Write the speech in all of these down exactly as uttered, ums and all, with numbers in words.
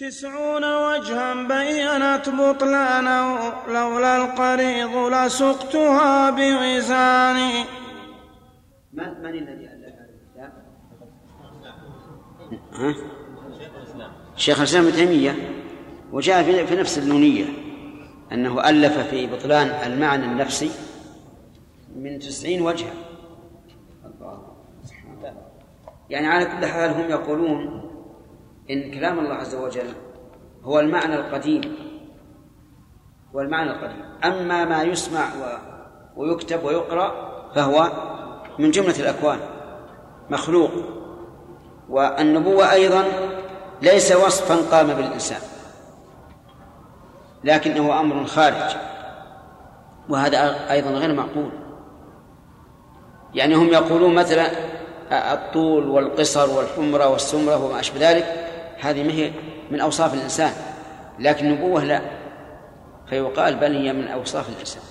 تسعون وجها بينت بطلانه لولا القريض لسقتها بوزاني. من من الذي ألف هذا الكتاب؟ ها؟ شيخ الإسلام ابن تيمية، وجاء في نفس النونية أنه ألف في بطلان المعنى النفسي من تسعين وجها. يعني على كل حال هم يقولون إن كلام الله عز وجل هو المعنى القديم، هو المعنى القديم، أما ما يسمع ويكتب ويقرأ فهو من جملة الأكوان مخلوق. والنبوة أيضا ليس وصفا قام بالإنسان، لكنه أمر خارج، وهذا أيضا غير معقول. يعني هم يقولون مثلا الطول والقصر والحمرة والسمرة وما أشبه ذلك هذه مهي من أوصاف الإنسان، لكن النبوة لا، فيقال بل هي من أوصاف الإنسان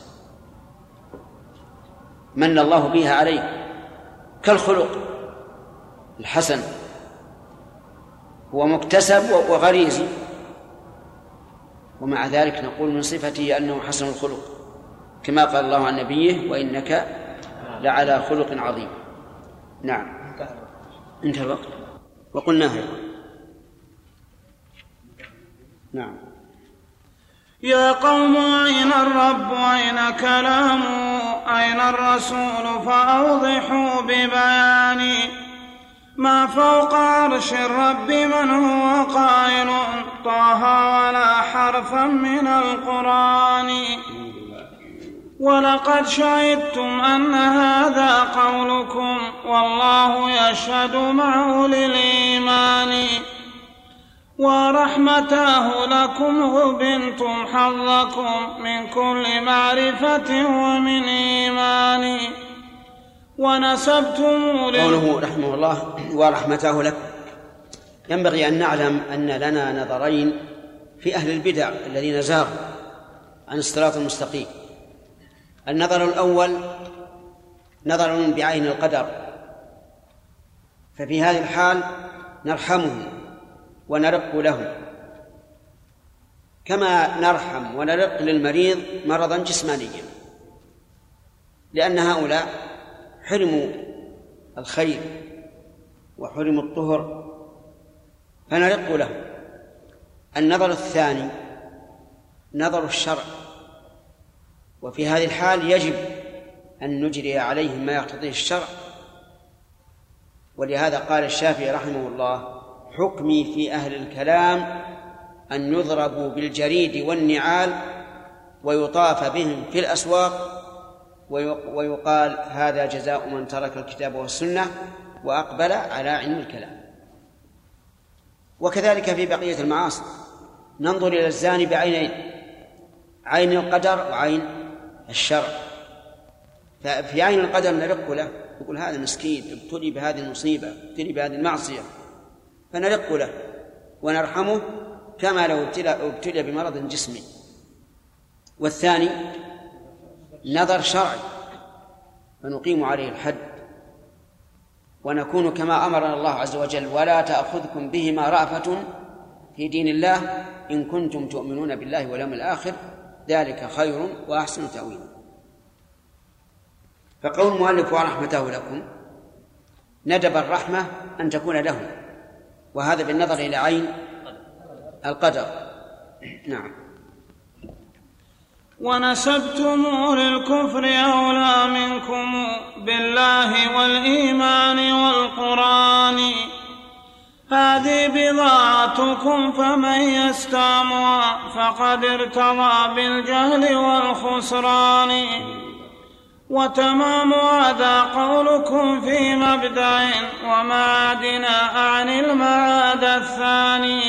من الله بها عليه، كالخلق الحسن هو مكتسب وغريزي، ومع ذلك نقول من صفته أنه حسن الخلق، كما قال الله عن نبيه وإنك لعلى خلق عظيم. نعم، انتهى الوقت وقلناها. نعم. يا قوم أين الرب أين كلام أين الرسول فأوضحوا ببياني. ما فوق عرش الرب من هو قائل طه ولا حرفا من القرآن. ولقد شهدتم أن هذا قولكم والله يشهد مع أولي الإيمان. ورحمته لكم غبنتم حظكم من كل معرفة ومن إيمان. ونسبتم قوله رحمه الله ورحمته لكم، ينبغي أن نعلم أن لنا نظرين في أهل البدع الذين زاغوا عن الصراط المستقيم. النظر الأول نظر بعين القدر، ففي هذه الحال نرحمه ونرق له كما نرحم ونرق للمريض مرضا جسمانيا، لأن هؤلاء حرموا الخير وحرموا الطهر فنرق له. النظر الثاني نظر الشرع، وفي هذه الحال يجب أن نجري عليهم ما يقتضيه الشرع. ولهذا قال الشافعي رحمه الله حكمي في أهل الكلام أن يضربوا بالجريد والنعال ويطاف بهم في الأسواق ويقال هذا جزاء من ترك الكتاب والسنة وأقبل على علم الكلام. وكذلك في بقية المعاصي ننظر إلى الزاني بعينين، عين القدر وعين الشرع. ففي عين القدر نرق له، يقول هذا مسكين ابتلي بهذه المصيبة، ابتلي بهذه المعصية، فنرق له ونرحمه كما لو ابتلي بمرض جسمي. والثاني نظر شرعي، فنقيم عليه الحد ونكون كما أمرنا الله عز وجل ولا تأخذكم بهما رأفة في دين الله إن كنتم تؤمنون بالله واليوم الآخر ذلك خير وأحسن تأويلا. فقول المؤلف ورحمته لكم ندب الرحمة أن تكون لهم، وهذا بالنظر إلى عين القدر. نعم. ونسبتم للكفر أولى منكم بالله والإيمان والقرآن. هذه بضاعتكم فمن يستعمها فقد ارتضى بالجهل والخسران. وتمام هذا قولكم في مبدأ ومعادنا عن المعاد الثاني.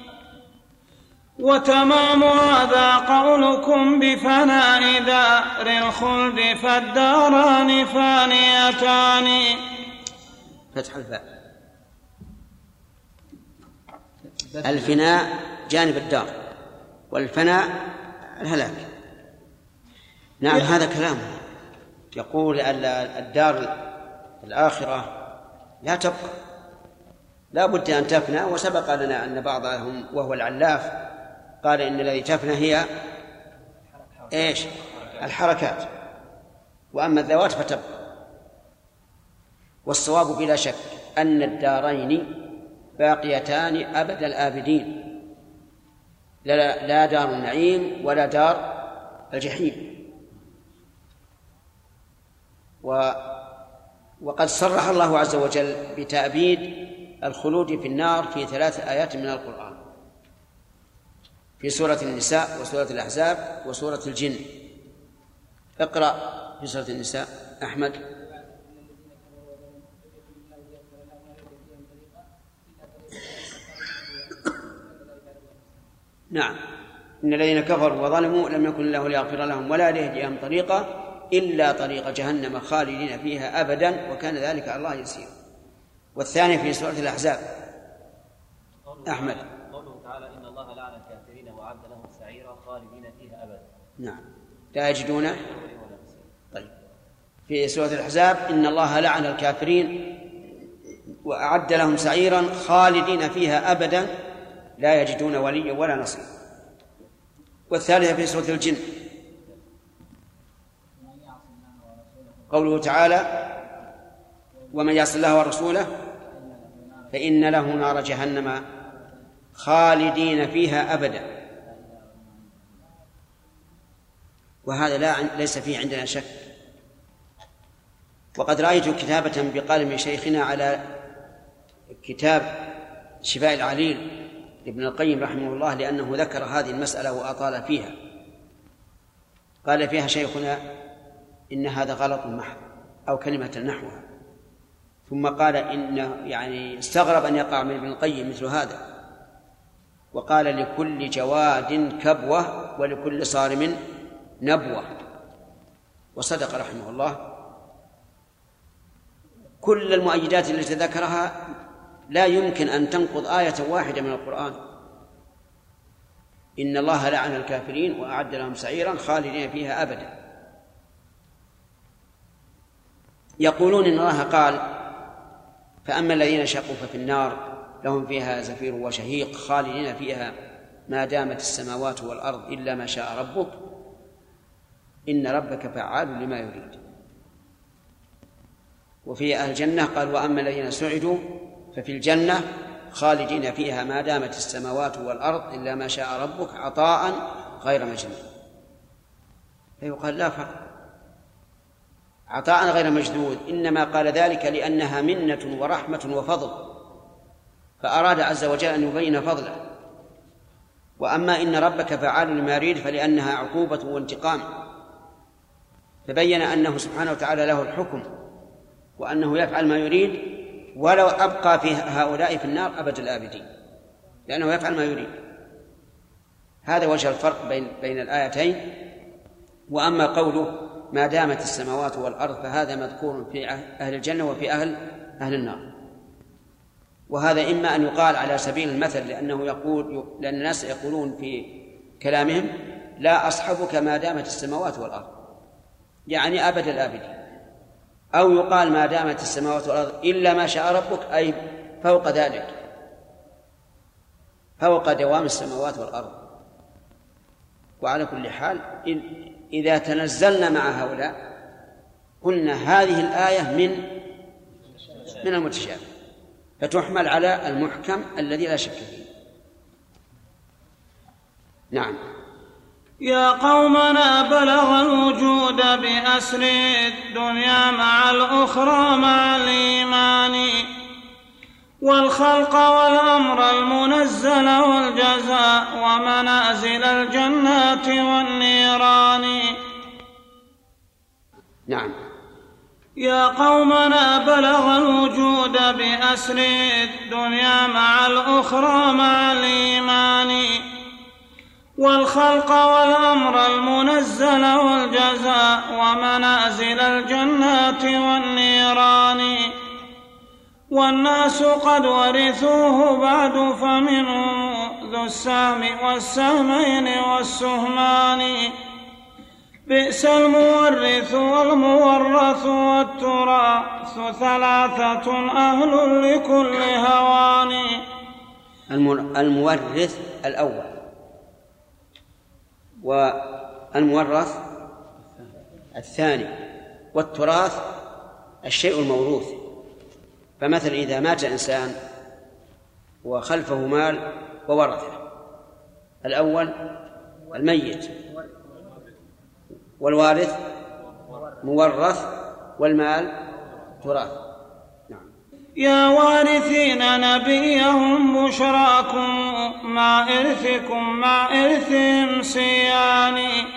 وتمام هذا قولكم بفناء دار الخلد فالداران فانيتان. فتح الفاء. الفناء جانب الدار والفناء الهلاك. نعم هذا كلامه. يقول الدار الآخرة لا تبقى، لا بد أن تفنى. وسبق لنا أن بعضهم وهو العلاف قال إن الذي تفنى هي إيش؟ الحركات، وأما الذوات فتبقى. والصواب بلا شك أن الدارين باقيتان أبد الآبدين، لا, لا دار النعيم ولا دار الجحيم. و وقد صرح الله عز وجل بتأبيد الخلود في النار في ثلاث آيات من القرآن، في سورة النساء وسورة الأحزاب وسورة الجن. اقرأ في سورة النساء أحمد. نعم، إن الذين كفروا وظلموا لم يكن الله ليغفر لهم ولا ليهديهم طريقا إلا طريق جهنم خالدين فيها أبدا وكان ذلك على الله يسير. والثاني في سورة الأحزاب أحمد. قوله تعالى إن الله لعن الكافرين وأعد لهم سعيرا خالدين فيها أبدا. نعم، لا يجدون. طيب، في سورة الأحزاب إن الله لعن الكافرين وأعد لهم سعيرا خالدين فيها أبدا لا يجدون وليا ولا نصير. والثالثة في سورة الجن قوله تعالى ومن يعص الله ورسوله فإن له نار جهنم خالدين فيها أبدا. وهذا لا ليس فيه عندنا شك. وقد رأيت كتابة بقلم شيخنا على كتاب شفاء العليل لابن القيم رحمه الله، لأنه ذكر هذه المسألة وأطال فيها. قال فيها شيخنا إن هذا غلط محض أو كلمة نحوها، ثم قال إن يعني استغرب أن يقع من ابن القيم مثل هذا، وقال لكل جواد كبوة ولكل صارم نبوة. وصدق رحمه الله. كل المؤيدات التي ذكرها لا يمكن أن تنقض آية واحدة من القرآن. إن الله لعن الكافرين وأعد لهم سعيرا خالدين فيها أبدا. يقولون إن الله قال فأما الذين شقوا ففي النار لهم فيها زفير وشهيق خالدين فيها ما دامت السماوات والأرض إلا ما شاء ربك إن ربك فعال لما يريد. وفي أهل الجنة قال وأما الذين سعدوا ففي الجنة خالدين فيها ما دامت السماوات والأرض إلا ما شاء ربك عطاء غير مجنون. فيقال لا فرق، عطاء غير مجدود، إنما قال ذلك لأنها منة ورحمة وفضل، فأراد عز وجل أن يبين فضله. وأما إن ربك فعال لما يريد فلأنها عقوبة وانتقام، فبين أنه سبحانه وتعالى له الحكم وأنه يفعل ما يريد ولو أبقى في هؤلاء في النار أبد الآبدين، لأنه يفعل ما يريد. هذا وجه الفرق بين بين الآيتين. وأما قوله ما دامت السماوات والأرض فهذا مذكور في أهل الجنة وفي أهل أهل النار. وهذا إما أن يقال على سبيل المثل، لأنه يقول لأن الناس يقولون في كلامهم لا أصحبك ما دامت السماوات والأرض، يعني أبد الآبدين. أو يقال ما دامت السماوات والأرض إلا ما شاء ربك، أي فوق ذلك، فوق دوام السماوات والأرض. وعلى كل حال إذا تنزلنا مع هؤلاء قلنا هذه الآية من من المتشابه، فتحمل على المحكم الذي لا شك فيه. نعم. يا قومنا بلغ الوجود بأسر الدنيا مع الأخرى مع الإيمان، والخلق والأمر المنزل والجزاء ومنازل الجنات والنيران. نعم. يا قومنا بلغ الوجود بأسر الدنيا مع الأخرى مع الإيمان، والخلق والأمر المنزل والجزاء ومنازل الجنات والنيران. والناس قد ورثوه بعد فمنهم ذو السهم والسهمين والسهمان، بئس المورث والمورث والتراث ثلاثة أهل لكل هوان. المورث الأول، والمورث الثاني، والتراث الشيء الموروث. فمثلا إذا مات إنسان وخلفه مال وورثه، الأول الميت، والوارث مورث، والمال تراث. نعم. يا وارثين نبيهم بشراكم مع إرثكم مع إرثهم سيان.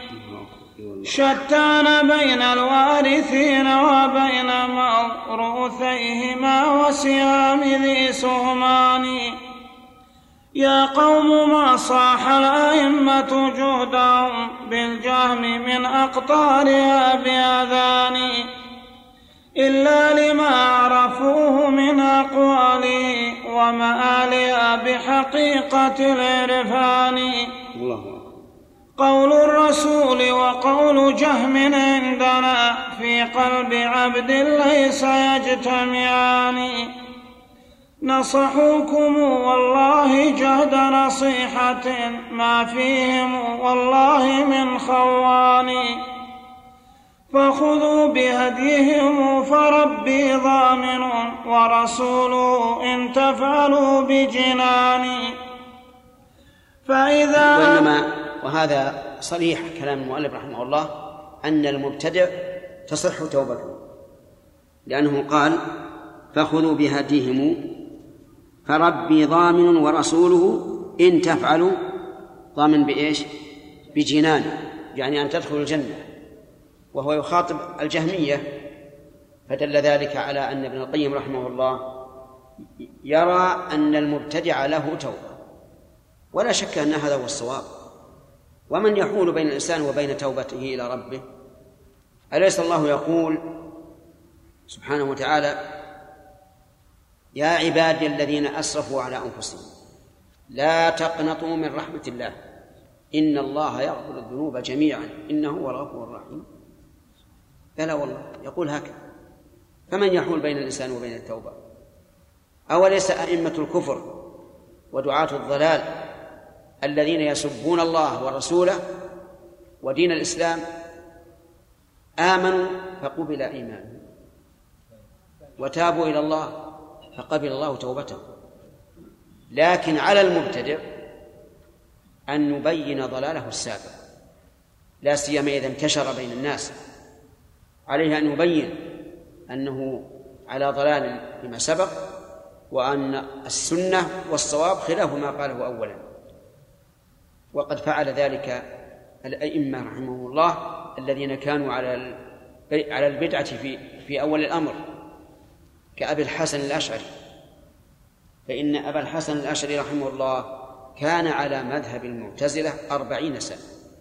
شتان بين الوارثين وبين موروثيهما وسهام ذي سهمان. يا قوم ما صاح الأئمة جهدهم بالجهم من أقطارها بأذان إلا لما عرفوه من أقواله ومآلها بحقيقة العرفان. قول الرسول وقول جهم عندنا في قلب عبد ليس يجتمعان. نصحوكم والله جهد نصيحة ما فيهم والله من خوان. فخذوا بهديهم فربي ضامن ورسوله إن تفعلوا بجنان. فإذا وإنما وهذا صريح كلام المؤلف رحمه الله أن المبتدع تصح توبته، لأنه قال فخذوا بهديهم فربي ضامن ورسوله إن تفعلوا. ضامن بإيش؟ بجنان، يعني أن تدخلوا الجنة، وهو يخاطب الجهمية. فدل ذلك على أن ابن القيم رحمه الله يرى أن المبتدع له توبة، ولا شك أن هذا هو الصواب. ومن يحول بين الإنسان وبين توبته إلى ربه؟ أليس الله يقول سبحانه وتعالى يا عبادي الذين أسرفوا على أنفسهم لا تقنطوا من رحمة الله إن الله يغفر الذنوب جميعا إنه هو الغفور الرحيم. فلا والله يقول هكذا. فمن يحول بين الإنسان وبين التوبة؟ أوليس أئمة الكفر ودعاة الضلال الذين يسبون الله ورسوله ودين الإسلام آمنوا فقبل إيمانهم وتابوا إلى الله فقبل الله توبته؟ لكن على المبتدع أن نبين ضلاله السابق، لا سيما إذا انتشر بين الناس، عليه أن يبين أنه على ضلال فيما سبق، وأن السنة والصواب خلاف ما قاله أولا. وقد فعل ذلك الأئمة رحمه الله الذين كانوا على على البدعة في في أول الأمر، كأبي الحسن الأشعري. فإن أبا الحسن الأشعري رحمه الله كان على مذهب المعتزلة أربعين سنة،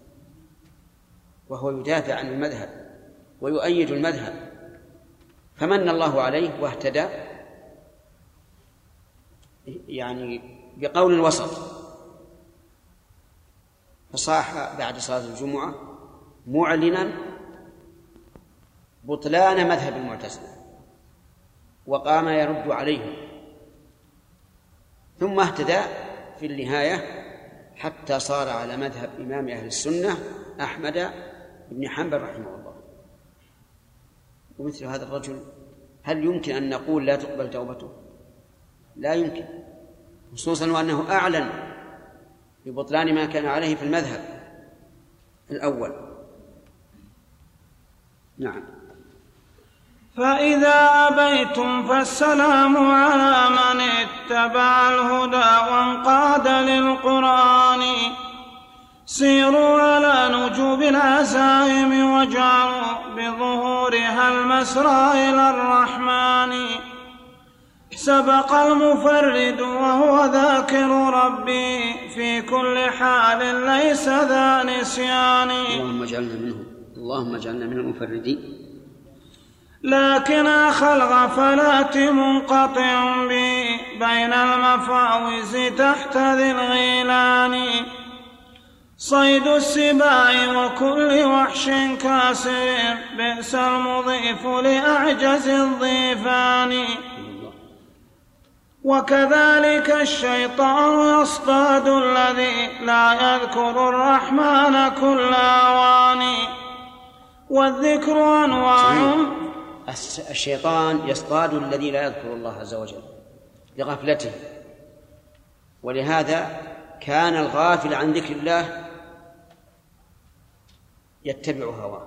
وهو يدافع عن المذهب ويؤيد المذهب، فمن الله عليه واهتدى يعني بقول الوسط، فصاح بعد صلاة الجمعة معلنا بطلان مذهب المعتزلة وقام يرد عليهم، ثم اهتدى في النهاية حتى صار على مذهب إمام أهل السنة أحمد بن حنبل رحمه الله. ومثل هذا الرجل هل يمكن أن نقول لا تقبل توبته؟ لا يمكن، خصوصا وأنه أعلن ببطلان ما كان عليه في المذهب الأول. نعم. فإذا أبيتم فالسلام على من اتبع الهدى وانقاد للقرآن. سيروا على نجوب العزائم واجعلوا بظهورها المسرى إلى الرحمن. سبق المفرد وهو ذاكر ربي في كل حال ليس ذا نسيان. اللهم اجعلنا منهم، اللهم اجعلنا من المفردين. لكن أخى الغفلات منقطع بي بين المفاوز تحت ذي الغيلان. صيد السباع وكل وحش كاسر بئس المضيف لأعجز الضيفان. وكذلك الشيطان يصطاد الذي لا يذكر الرحمن كل أوان. والذكر أنواع. الشيطان يصطاد الذي لا يذكر الله عز وجل لغفلته، ولهذا كان الغافل عن ذكر الله يتبع هواه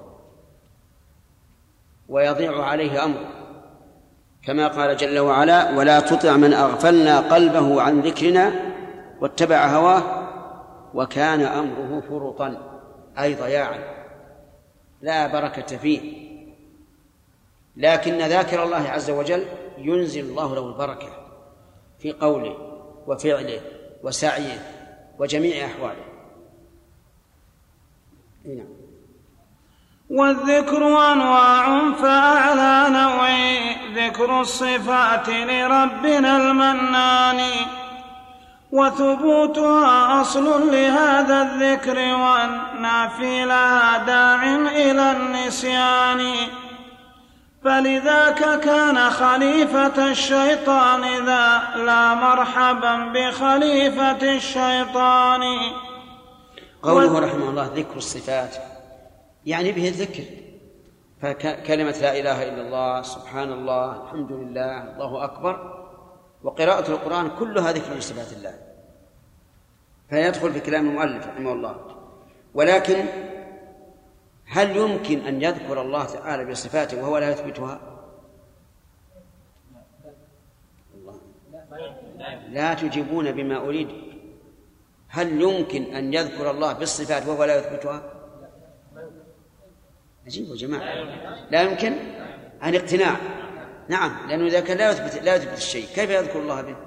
ويضيع عليه أمره، كما قال جل وعلا: ولا تطع من أغفلنا قلبه عن ذكرنا واتبع هواه وكان أمره فرطا، أي ضياعا لا بركة فيه. لكن ذاكر الله عز وجل ينزل الله له البركة في قوله وفعله وسعيه وجميع أحواله. نعم. والذكر أنواع فأعلى نوعي ذكر الصفات لربنا المنان. وثبوتها أصل لهذا الذكر والنافي لها داع إلى النسيان. فلذاك كان خليفة الشيطان ذا لا مرحبا بخليفة الشيطان. قوله رحمه الله ذكر الصفات يعني به الذكر، فكلمة لا إله إلا الله، سبحان الله، الحمد لله، الله أكبر، وقراءة القرآن كلها ذكر لصفات الله، فيدخل في كلام المؤلف رحمه الله. ولكن هل يمكن أن يذكر الله تعالى بصفاته وهو لا يثبتها؟ لا تجيبون بما أريد. هل يمكن أن يذكر الله بالصفات وهو لا يثبتها؟ عجيب يا جماعة، لا يمكن عن اقتناع. نعم، لأنه إذا كان لا يثبت لا يثبت الشيء كيف يذكر الله به؟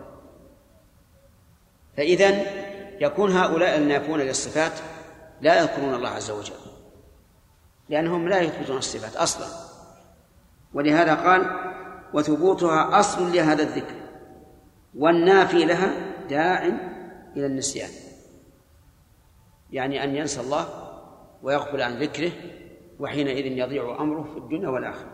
فإذن يكون هؤلاء النافون للصفات لا يذكرون الله عز وجل، لأنهم لا يثبتون الصفات أصلا. ولهذا قال: وثبوتها أصل لهذا الذكر والنافي لها داع إلى النسيان، يعني أن ينسى الله ويغفل عن ذكره، وحينئذ يضيع أمره في الدنيا والآخرة.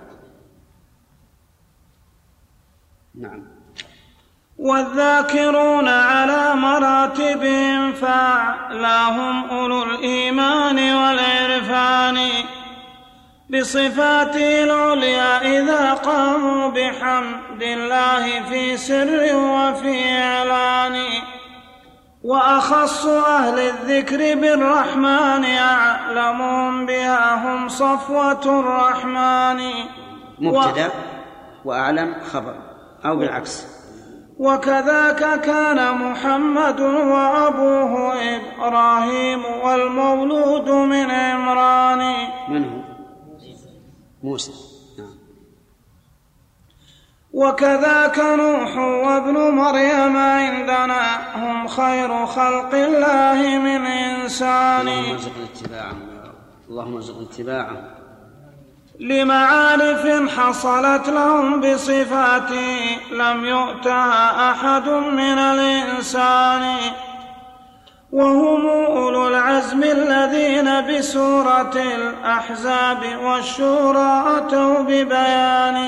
نعم. والذاكرون على مراتبهم فأعلاهم أولو الإيمان والعرفان بصفاته العليا إذا قاموا بحمد الله في سر وفي إعلان. وأخص أهل الذكر بالرحمن أعلمهم بها هم صفوة الرحمن. مبتدأ وأعلم خبر أو بالعكس. وكذاك كان محمد وأبوه إبراهيم والمولود من عمران. من هو؟ موسى. وكذاك نوح وابن مريم عندنا هم خير خلق الله من إنسان. اللهم ارزقنا اتباعهم، اللهم ارزقنا اتباعهم. لمعارف حصلت لهم بصفاته لم يؤتها أحد من الإنسان. وهم أولو العزم الذين بسورة الأحزاب والشورى أتوا ببيان.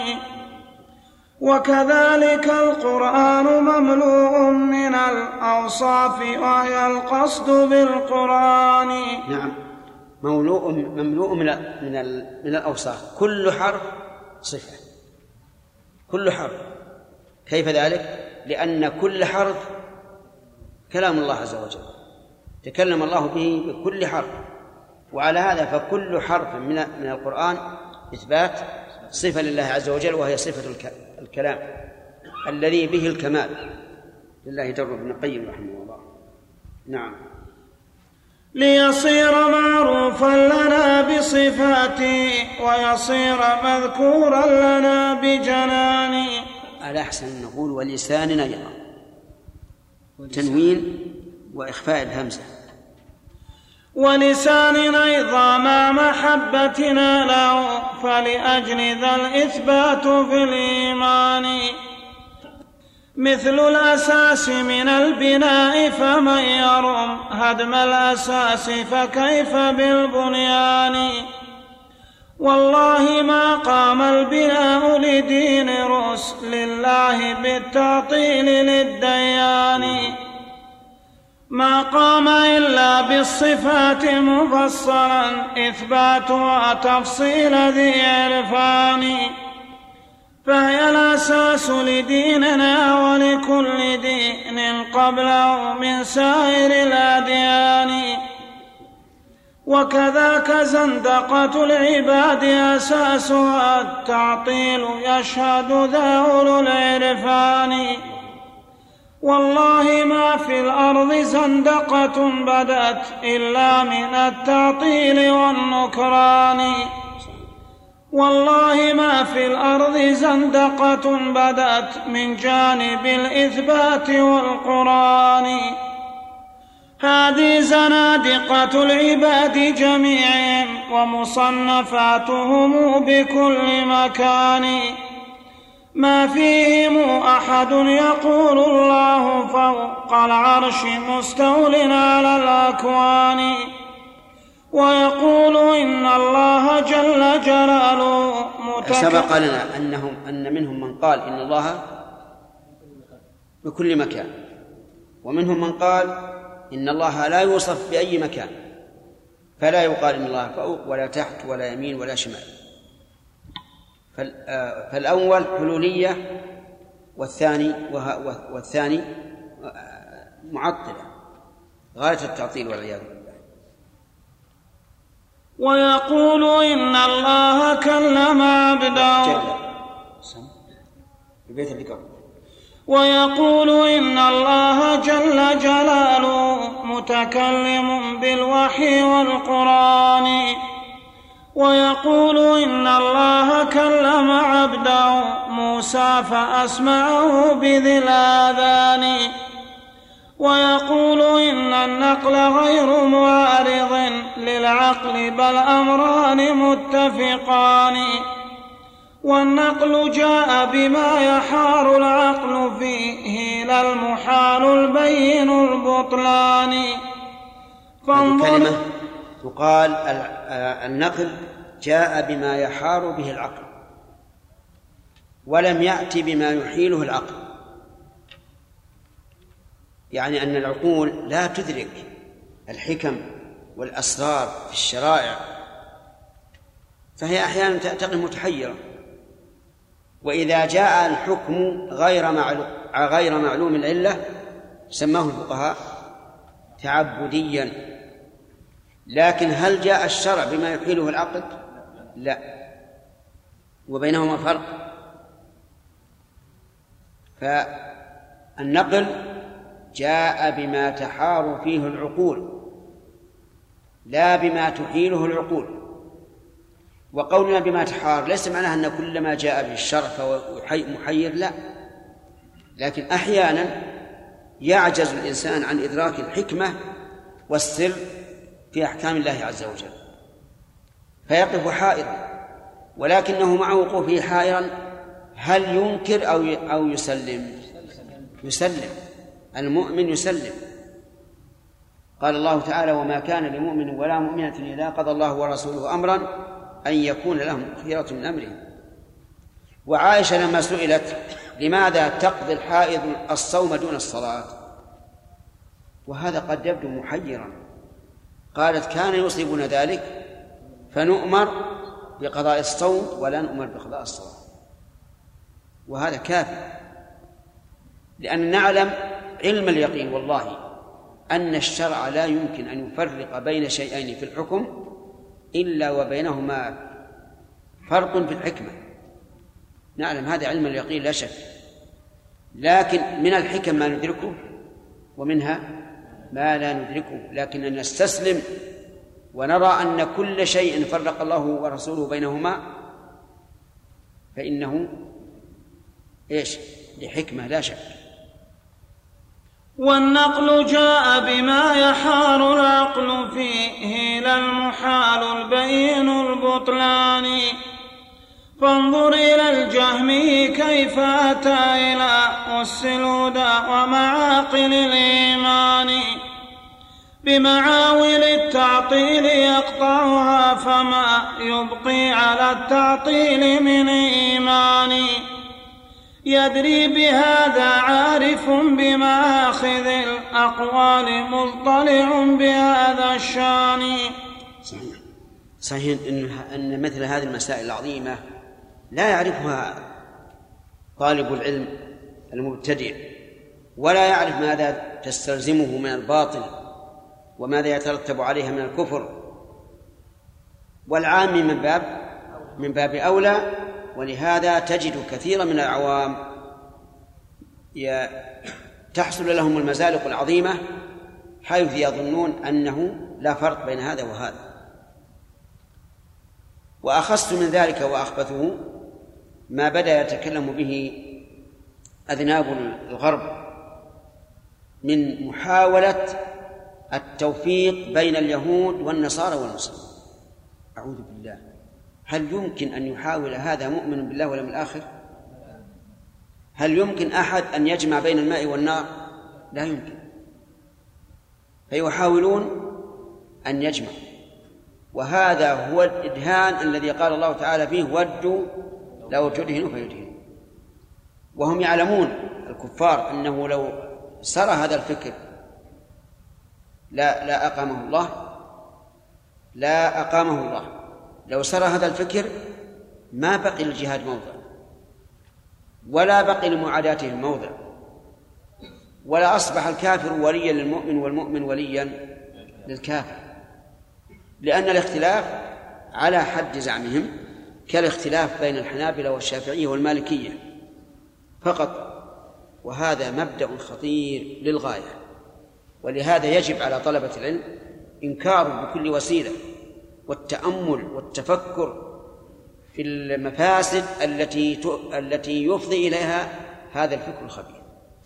وكذلك القرآن مملوء من الأوصاف وهي القصد بالقرآن. نعم، مملوء مملوء من من من الأوصاف، كل حرف صفة، كل حرف. كيف ذلك؟ لأن كل حرف كلام الله عز وجل، تكلم الله به بكل حرف، وعلى هذا فكل حرف من من القرآن إثبات صفة لله عز وجل، وهي صفة الكلام الذي به الكمال لله در ابن القيم رحمه الله. نعم. ليصير معروفا لنا بصفاته ويصير مذكورا لنا بجنانه. على أحسن نقول ولساننا أيضا، تنوين وإخفاء الهمزة. ولساننا أيضا مع محبتنا له فلأجل ذا الإثبات في الإيمان. مثل الأساس من البناء فمن يرم هدم الأساس فكيف بالبنيان والله ما قام البناء لدين رسل الله بالتعطيل للديان ما قام إلا بالصفات مفصلا إثباتها تفصيل ذي عرفان فهي الأساس لديننا ولكل دين قبله من سائر الأديان وكذاك زندقة العباد أساسها التعطيل يشهد ذا أولو العرفان والله ما في الأرض زندقة بدت إلا من التعطيل والنكران والله ما في الأرض زندقة بدت من جانب الإثبات والقرآن هذه زنادقة العباد جميعهم ومصنفاتهم بكل مكان ما فيهم أحد يقول الله فوق العرش مستول على الأكوان ويقول إن الله جل جلاله متكلم. سبق لنا أنهم أن منهم من قال إن الله بكل مكان ومنهم من قال إن الله لا يوصف بأي مكان فلا يقال إن الله فوق ولا تحت ولا يمين ولا شمال. فالأول حلولية والثاني والثاني معطلة غاية التعطيل والعياذ بالله. ويقول إن الله كلم عبده ويقول إن الله جل جلاله متكلم بالوحي والقرآن ويقول إن الله كلم عبده موسى فأسمعه بذي الآذان ويقول إن النقل غير معارض للعقل بل أمران متفقان والنقل جاء بما يحار العقل فيه لا المحال البين البطلان. الكلمة تقال النقل جاء بما يحار به العقل ولم يأتي بما يحيله العقل يعني أن العقول لا تدرك الحكم والأسرار في الشرائع فهي أحيانا تقف متحيرة وإذا جاء الحكم غير معلوم غير معلوم العلة سماه الفقهاء تعبديا لكن هل جاء الشرع بما يحيله العقل؟ لا وبينهما فرق. فالنقل جاء بما تحار فيه العقول لا بما تحيله العقول وقولنا بما تحار ليس معناه أن كل ما جاء به الشرع فهو محير لا لكن أحيانا يعجز الإنسان عن إدراك الحكمة والسر في أحكام الله عز وجل فيقف حائرا ولكنه مع وقوفه حائرا هل ينكر أو أو يسلم؟ يسلم. المؤمن يسلم. قال الله تعالى وما كان لمؤمن ولا مؤمنة إذا قضى الله ورسوله أمرا أن يكون لهم خيرة من أمرهم. وعائشة لما سئلت لماذا تقضي الحائض الصوم دون الصلاة وهذا قد يبدو محيرا قالت كان يصيبنا ذلك فنؤمر بقضاء الصوم ولا نؤمر بقضاء الصلاة وهذا كافي لأن نعلم علم اليقين والله أن الشرع لا يمكن أن يفرق بين شيئين في الحكم إلا وبينهما فرق في الحكمة نعلم هذا علم اليقين لا شك لكن من الحكم ما ندركه ومنها ما لا ندركه لكن نستسلم ونرى أن كل شيء فرق الله ورسوله بينهما فإنه إيش لحكمة لا شك. والنقل جاء بما يحار العقل فيه لا المحال البين البطلان فانظر إلى الجهمي كيف أتى إلى أس الهدى ومعاقل الإيمان بمعاول التعطيل يقطعها فما يبقي على التعطيل من إيمان يدري بهذا عارف بمآخذ الأقوال مطلع بهذا الشان. صحيح صحيح إن, أن مثل هذه المسائل العظيمة لا يعرفها طالب العلم المبتدئ ولا يعرف ماذا تستلزمه من الباطل وماذا يترتب عليها من الكفر، والعام من باب من باب أولى. ولهذا تجد كثيرا من العوام تحصل لهم المزالق العظيمة حيث يظنون أنه لا فرق بين هذا وهذا. وأخص من ذلك وأخبثه ما بدأ يتكلم به أذناب الغرب من محاولة التوفيق بين اليهود والنصارى والمسلمين. أعوذ بالله، هل يمكن أن يحاول هذا مؤمن بالله واليوم الآخر؟ هل يمكن أحد أن يجمع بين الماء والنار؟ لا يمكن. فيحاولون أن يجمع، وهذا هو الإدهان الذي قال الله تعالى فيه ودوا لو تدهنوا فيدهنوا. وهم يعلمون الكفار أنه لو سرى هذا الفكر لا لا أقامه الله لا أقامه الله لو سرى هذا الفكر ما بقي للجهاد موضع، ولا بقي لمعاداته موضع، ولا أصبح الكافر وليا للمؤمن والمؤمن وليا للكافر، لأن الاختلاف على حد زعمهم كالاختلاف بين الحنابلة والشافعية والمالكية فقط، وهذا مبدأ خطير للغاية. ولهذا يجب على طلبة العلم إنكاره بكل وسيلة، والتأمل والتفكر في المفاسد التي التي يفضي إليها هذا الفكر الخبيث.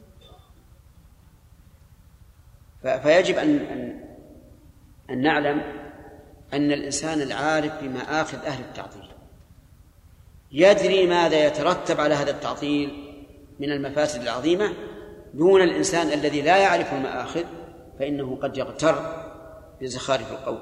فيجب أن أن نعلم أن الإنسان العارف بمآخذ أهل التعطيل يدري ماذا يترتب على هذا التعطيل من المفاسد العظيمة، دون الإنسان الذي لا يعرف المآخذ فإنه قد يغتر بزخارف القول.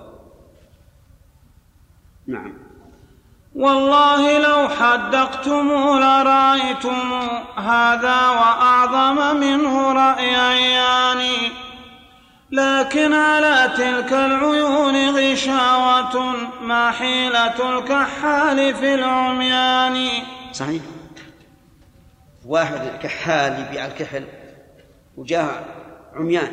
نعم. والله لو حدقتم لرأيتم هذا وأعظم منه رأيان، لكن على تلك العيون غشاوة ما حيلة الكحال في العميان. صحيح، واحد كحال يبيع الكحل وجاء عميان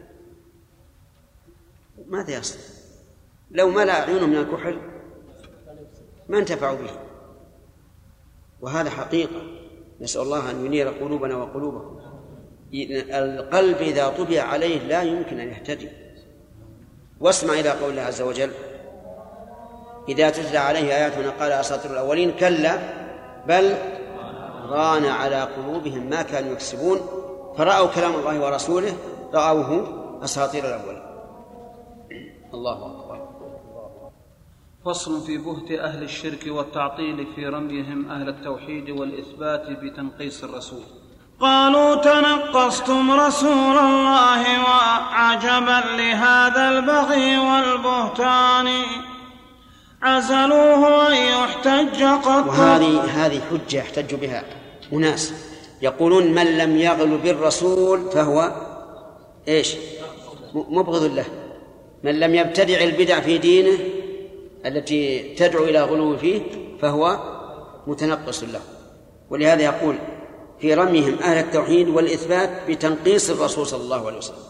ماذا يصنع؟ لو ملأ عيونه من الكحل ما انتفعوا به، وهذا حقيقة. نسأل الله أن ينير قلوبنا وقلوبهم. القلب إذا طبع عليه لا يمكن أن يهتدي. واسمع إلى قول الله عز وجل: إذا تتلى عليه آياتنا قال أساطير الأولين، كلا بل ران على قلوبهم ما كانوا يكسبون فرأوا كلام الله ورسوله رأوه أساطير الأولين. الله أكبر. فصل في بهت أهل الشرك والتعطيل في رميهم أهل التوحيد والإثبات بتنقيص الرسول. قالوا تنقصتم رسول الله وعجبا لهذا البغي والبهتان، عزلوه أن يحتج قط. وهذه هذه حجة يحتج بها أناس يقولون من لم يغل بالرسول فهو إيش؟ مبغض له. من لم يبتدع البدع في دينه التي تدعو إلى غلو فيه فهو متنقص له. ولهذا يقول في رميهم أهل التوحيد والإثبات بتنقيص الرسول صلى الله عليه وسلم،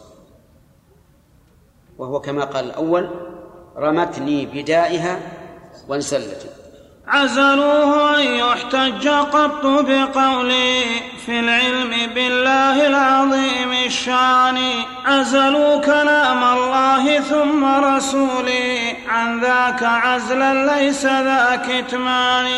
وهو كما قال الأول: رمتني بدائها وانسلت. عزلوه أن يحتج قط بقولي في العلم بالله العظيم الشان، عزلوا كلام الله ثم رسولي عن ذاك عزلا ليس ذا كتمان،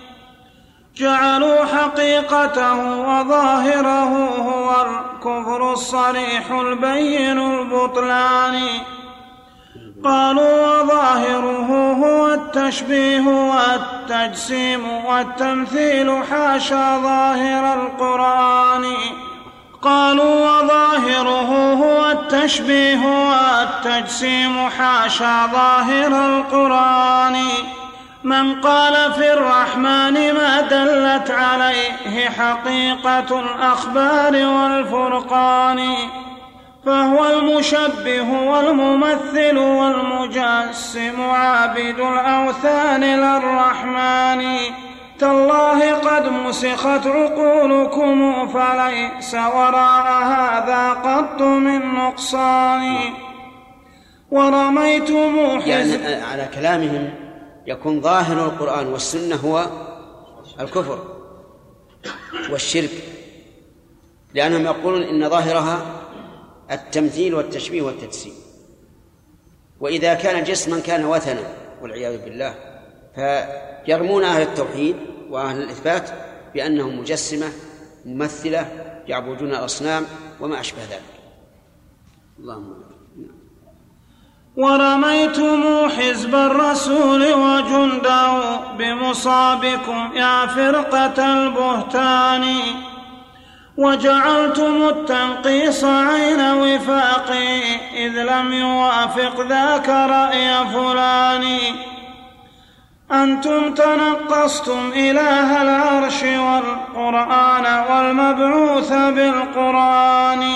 جعلوا حقيقته وظاهره هو الكفر الصريح البين البطلان، قالوا وظاهره هو والتشبيه والتجسيم والتمثيل حاشا ظاهر القرآن. قالوا وظاهره هو التشبيه والتجسيم حاشا ظاهر القرآن. من قال في الرحمن ما دلت عليه حقيقة الأخبار والفرقان، فهو المشبه والممثل والمجسم عابد الأوثان للرحمن. تالله قد مسخت عقولكم فليس وراء هذا قط من نقصان. ورميتم حزب يعني على كلامهم يكون ظاهر القرآن والسنة هو الكفر والشرك، لأنهم يقولون إن ظاهرها التمثيل والتشبيه والتجسيم، وإذا كان جسما كان وثنا والعياذ بالله، فيرمون أهل التوحيد وأهل الإثبات بأنهم مجسمة ممثلة يعبدون الأصنام وما أشبه ذلك. اللهم ورميتم حزب الرسول وجنده بمصابكم يا فرقة البهتان، وجعلتم التنقيص عين وفاقي إذ لم يوافق ذاك رأي فلان. أنتم تنقصتم إله العرش والقرآن والمبعوث بالقرآن،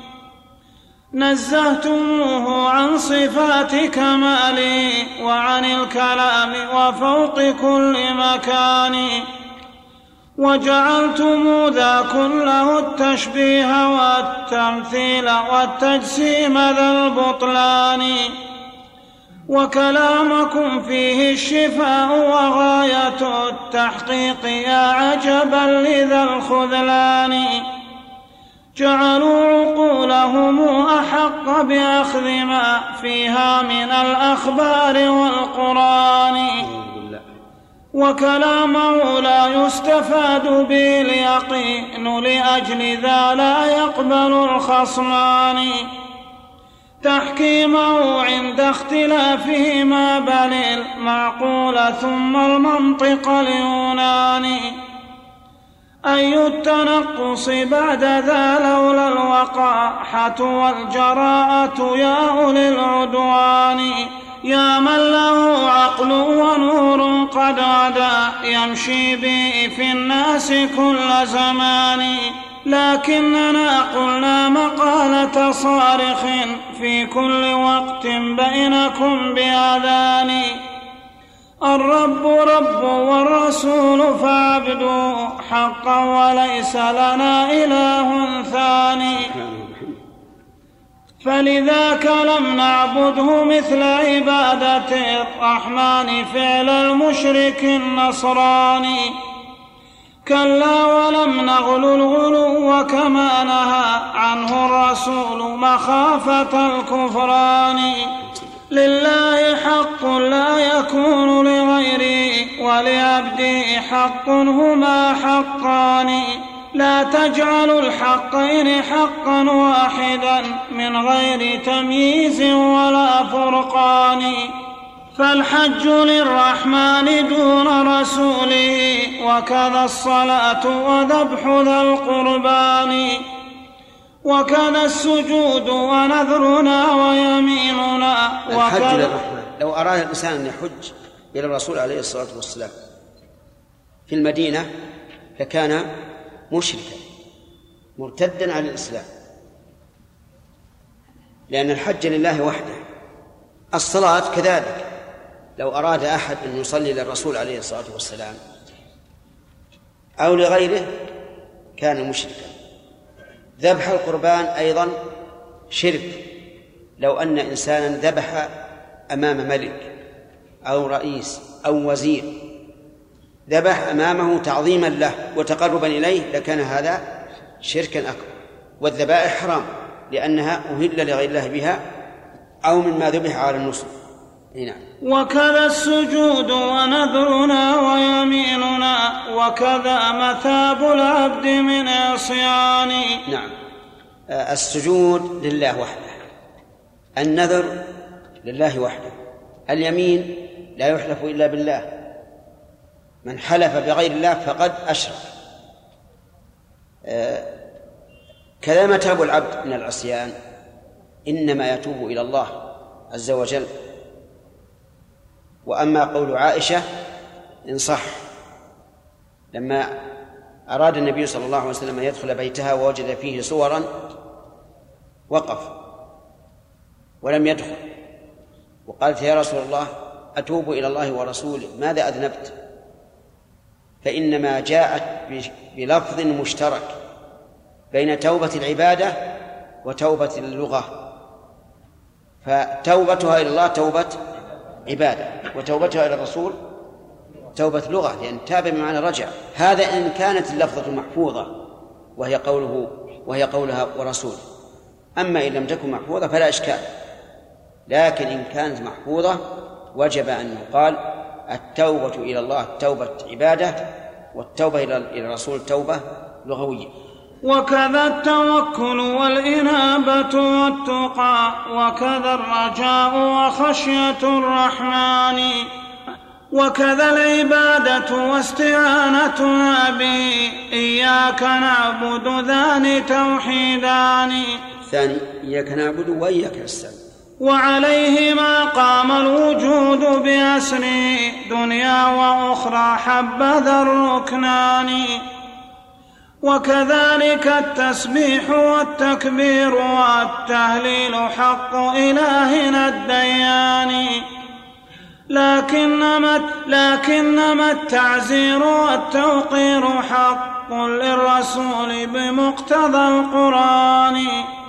نزهتموه عن صفات كماله وعن الكلام وفوق كل مكان، وجعلتم ذا كله التشبيه والتمثيل والتجسيم ذا البطلان. وكلامكم فيه الشفاء وغاية التحقيق يا عجبا لذا الخذلان. جعلوا عقولهم أحق بأخذ ما فيها من الأخبار والقرآن، وكلامه لا يستفاد به اليقين لأجل ذا لا يقبل الخصمان. تحكيمه عند اختلافهما بل المعقول ثم المنطق اليوناني. أي التنقص بعد ذا لولا الوقاحة والجراءة يا أولي العدوان. يا من له عقل ونور قد غدا يمشي به في الناس كل زمان، لكننا قلنا مقالة صارخ في كل وقت بينكم بأذان. الرب رب والرسول فاعبدوا حقا وليس لنا إله ثاني، فلذاك لم نعبده مثل عبادة الرحمن فعل المشرك النصراني. كلا ولم نغل الغلو كما نهى عنه الرسول مخافة الكفران. لله حق لا يكون لغيره ولعبده حق هما حقان. لا تجعلوا الحقين حقا واحدا من غير تمييز ولا فرقان. فالحج للرحمن دون رسوله وكذا الصلاة وذبح ذا القربان، وكذا السجود ونذرنا ويميننا. الحج للرحمن، لو أراد الإنسان أن يحج إلى الرسول عليه الصلاة والسلام في المدينة لكان مشركا مرتدا عن الإسلام، لأن الحج لله وحده. الصلاة كذلك، لو أراد أحد أن يصلي للرسول عليه الصلاة والسلام أو لغيره كان مشركا. ذبح القربان أيضا شرك، لو أن إنسانا ذبح أمام ملك أو رئيس أو وزير، ذبح أمامه تعظيما له وتقربا إليه لكان هذا شركا أكبر. والذبائح حرام لأنها أهل لغير الله بها أو مما ذبح على النصب. نعم. وكذا السجود ونذرنا ويميننا وكذا مثاب العبد من عصيان. نعم. السجود لله وحده، النذر لله وحده، اليمين لا يحلف إلا بالله، من حلف بغير الله فقد أشرك. آه كذا ما تاب العبد من العصيان إنما يتوب إلى الله عز وجل. وأما قول عائشة إن صح، لما أراد النبي صلى الله عليه وسلم أن يدخل بيتها ووجد فيه صورا وقف ولم يدخل، وقالت يا رسول الله أتوب إلى الله ورسوله ماذا أذنبت؟ فإنما جاءت بلفظ مشترك بين توبة العبادة وتوبة اللغة، فتوبتها إلى الله توبة عبادة، وتوبتها إلى الرسول توبة لغة، لأن تاب بمعنى رجع. هذا إن كانت اللفظة محفوظة وهي قوله وهي قولها ورسوله. أما إن لم تكن محفوظة فلا إشكال، لكن إن كانت محفوظة وجب أن يقال التوبة إلى الله توبة عبادة، والتوبة إلى الرسول توبة لغوية. وكذا التوكل والإنابة والتقى، وكذا الرجاء وخشية الرحمن، وكذا العبادة واستعانتنا به، إياك نعبد ذان توحيدان. ثاني إياك نعبد وإياك نستعين، وعليهما قام الوجود بأسره، دنيا وأخرى حبذا الركنان. وكذلك التسبيح والتكبير والتهليل حق إلهنا الديان، لكنما, لكنما التعزير والتوقير حق للرسول بمقتضى القرآن.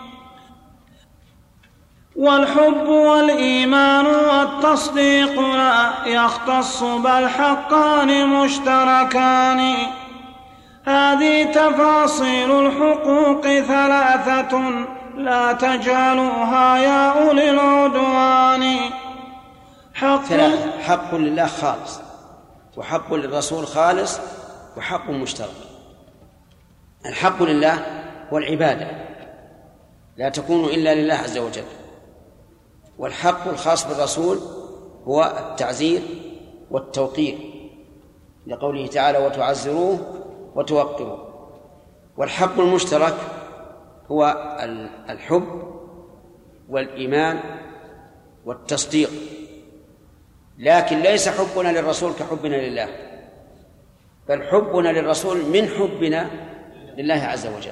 والحب والإيمان والتصديق لا يختص بل حقان مشتركان. هذه تفاصيل الحقوق ثلاثة لا تجعلوها يا أولي العدوان. حق, حق لله خالص، وحق للرسول خالص، وحق مشترك. الحق لله هو العبادة لا تكون إلا لله عز وجل، والحق الخاص بالرسول هو التعزير والتوقير لقوله تعالى وتعزروه وتوقروه. والحق المشترك هو الحب والإيمان والتصديق، لكن ليس حبنا للرسول كحبنا لله، بل حبنا للرسول من حبنا لله عز وجل.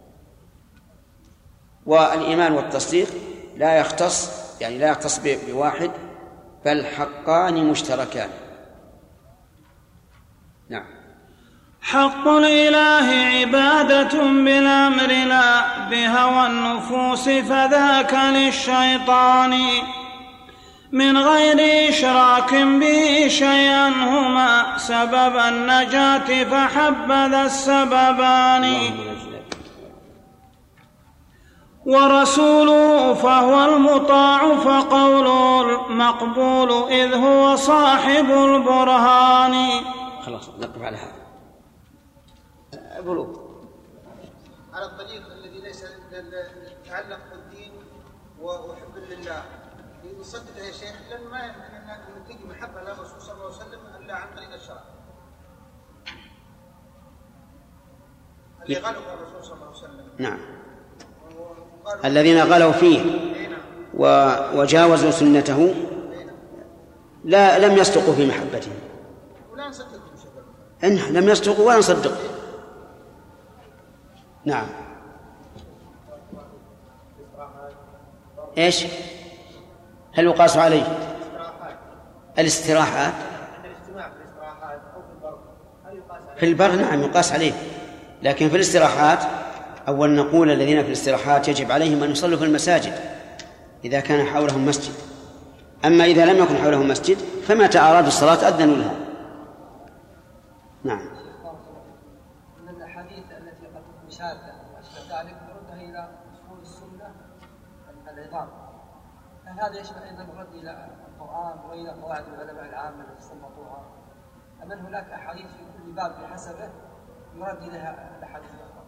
والإيمان والتصديق لا يختص يعني لا يختص بواحد، بل حقان مشتركان. نعم. حق الإله عبادة بالأمر لا بهوى النفوس، فذاك للشيطان من غير إشراك به شيئا، هما سبب النجاة فحبذا السببان. ورسوله فهو المطاع فقوله المقبول، إذ هو صاحب البرهان. خلاص نقف على هذا. بلوغ على الطريق الذي ليس يتعلق بالدين وحب لله يصدق يا شيخ، لأنه ما يمكن أن تجي محبة للرسول صلى الله عليه وسلم إلا عن طريق الشرع اللي غلوا الرسول صلى الله عليه وسلم. نعم. الذين غلوا فيه وجاوزوا سنته لا لم يصدقوا في محبته، ولا نصدقهم إن لم يصدقوا ولا نصدق. نعم. إيش هل يقاس عليه الاستراحات في البر؟ نعم يقاس عليه، لكن في الاستراحات أول نقول الذين في الاستراحات يجب عليهم أن يصلوا في المساجد إذا كان حولهم مسجد، أما إذا لم يكن حولهم مسجد فمتى أرادوا الصلاة أذنوا لها. نعم. من الأحاديث التي قد تكون شاذة وأشبه ذلك نردها إلى أصول السنة العظام، هل هذا يشبه أيضا الرد إلى القرآن وإلى قواعد العلماء العامة التي استنبطوها، أم أن هناك أحاديث في كل باب بحسبه يرد إليها الأحاديث الأخرى؟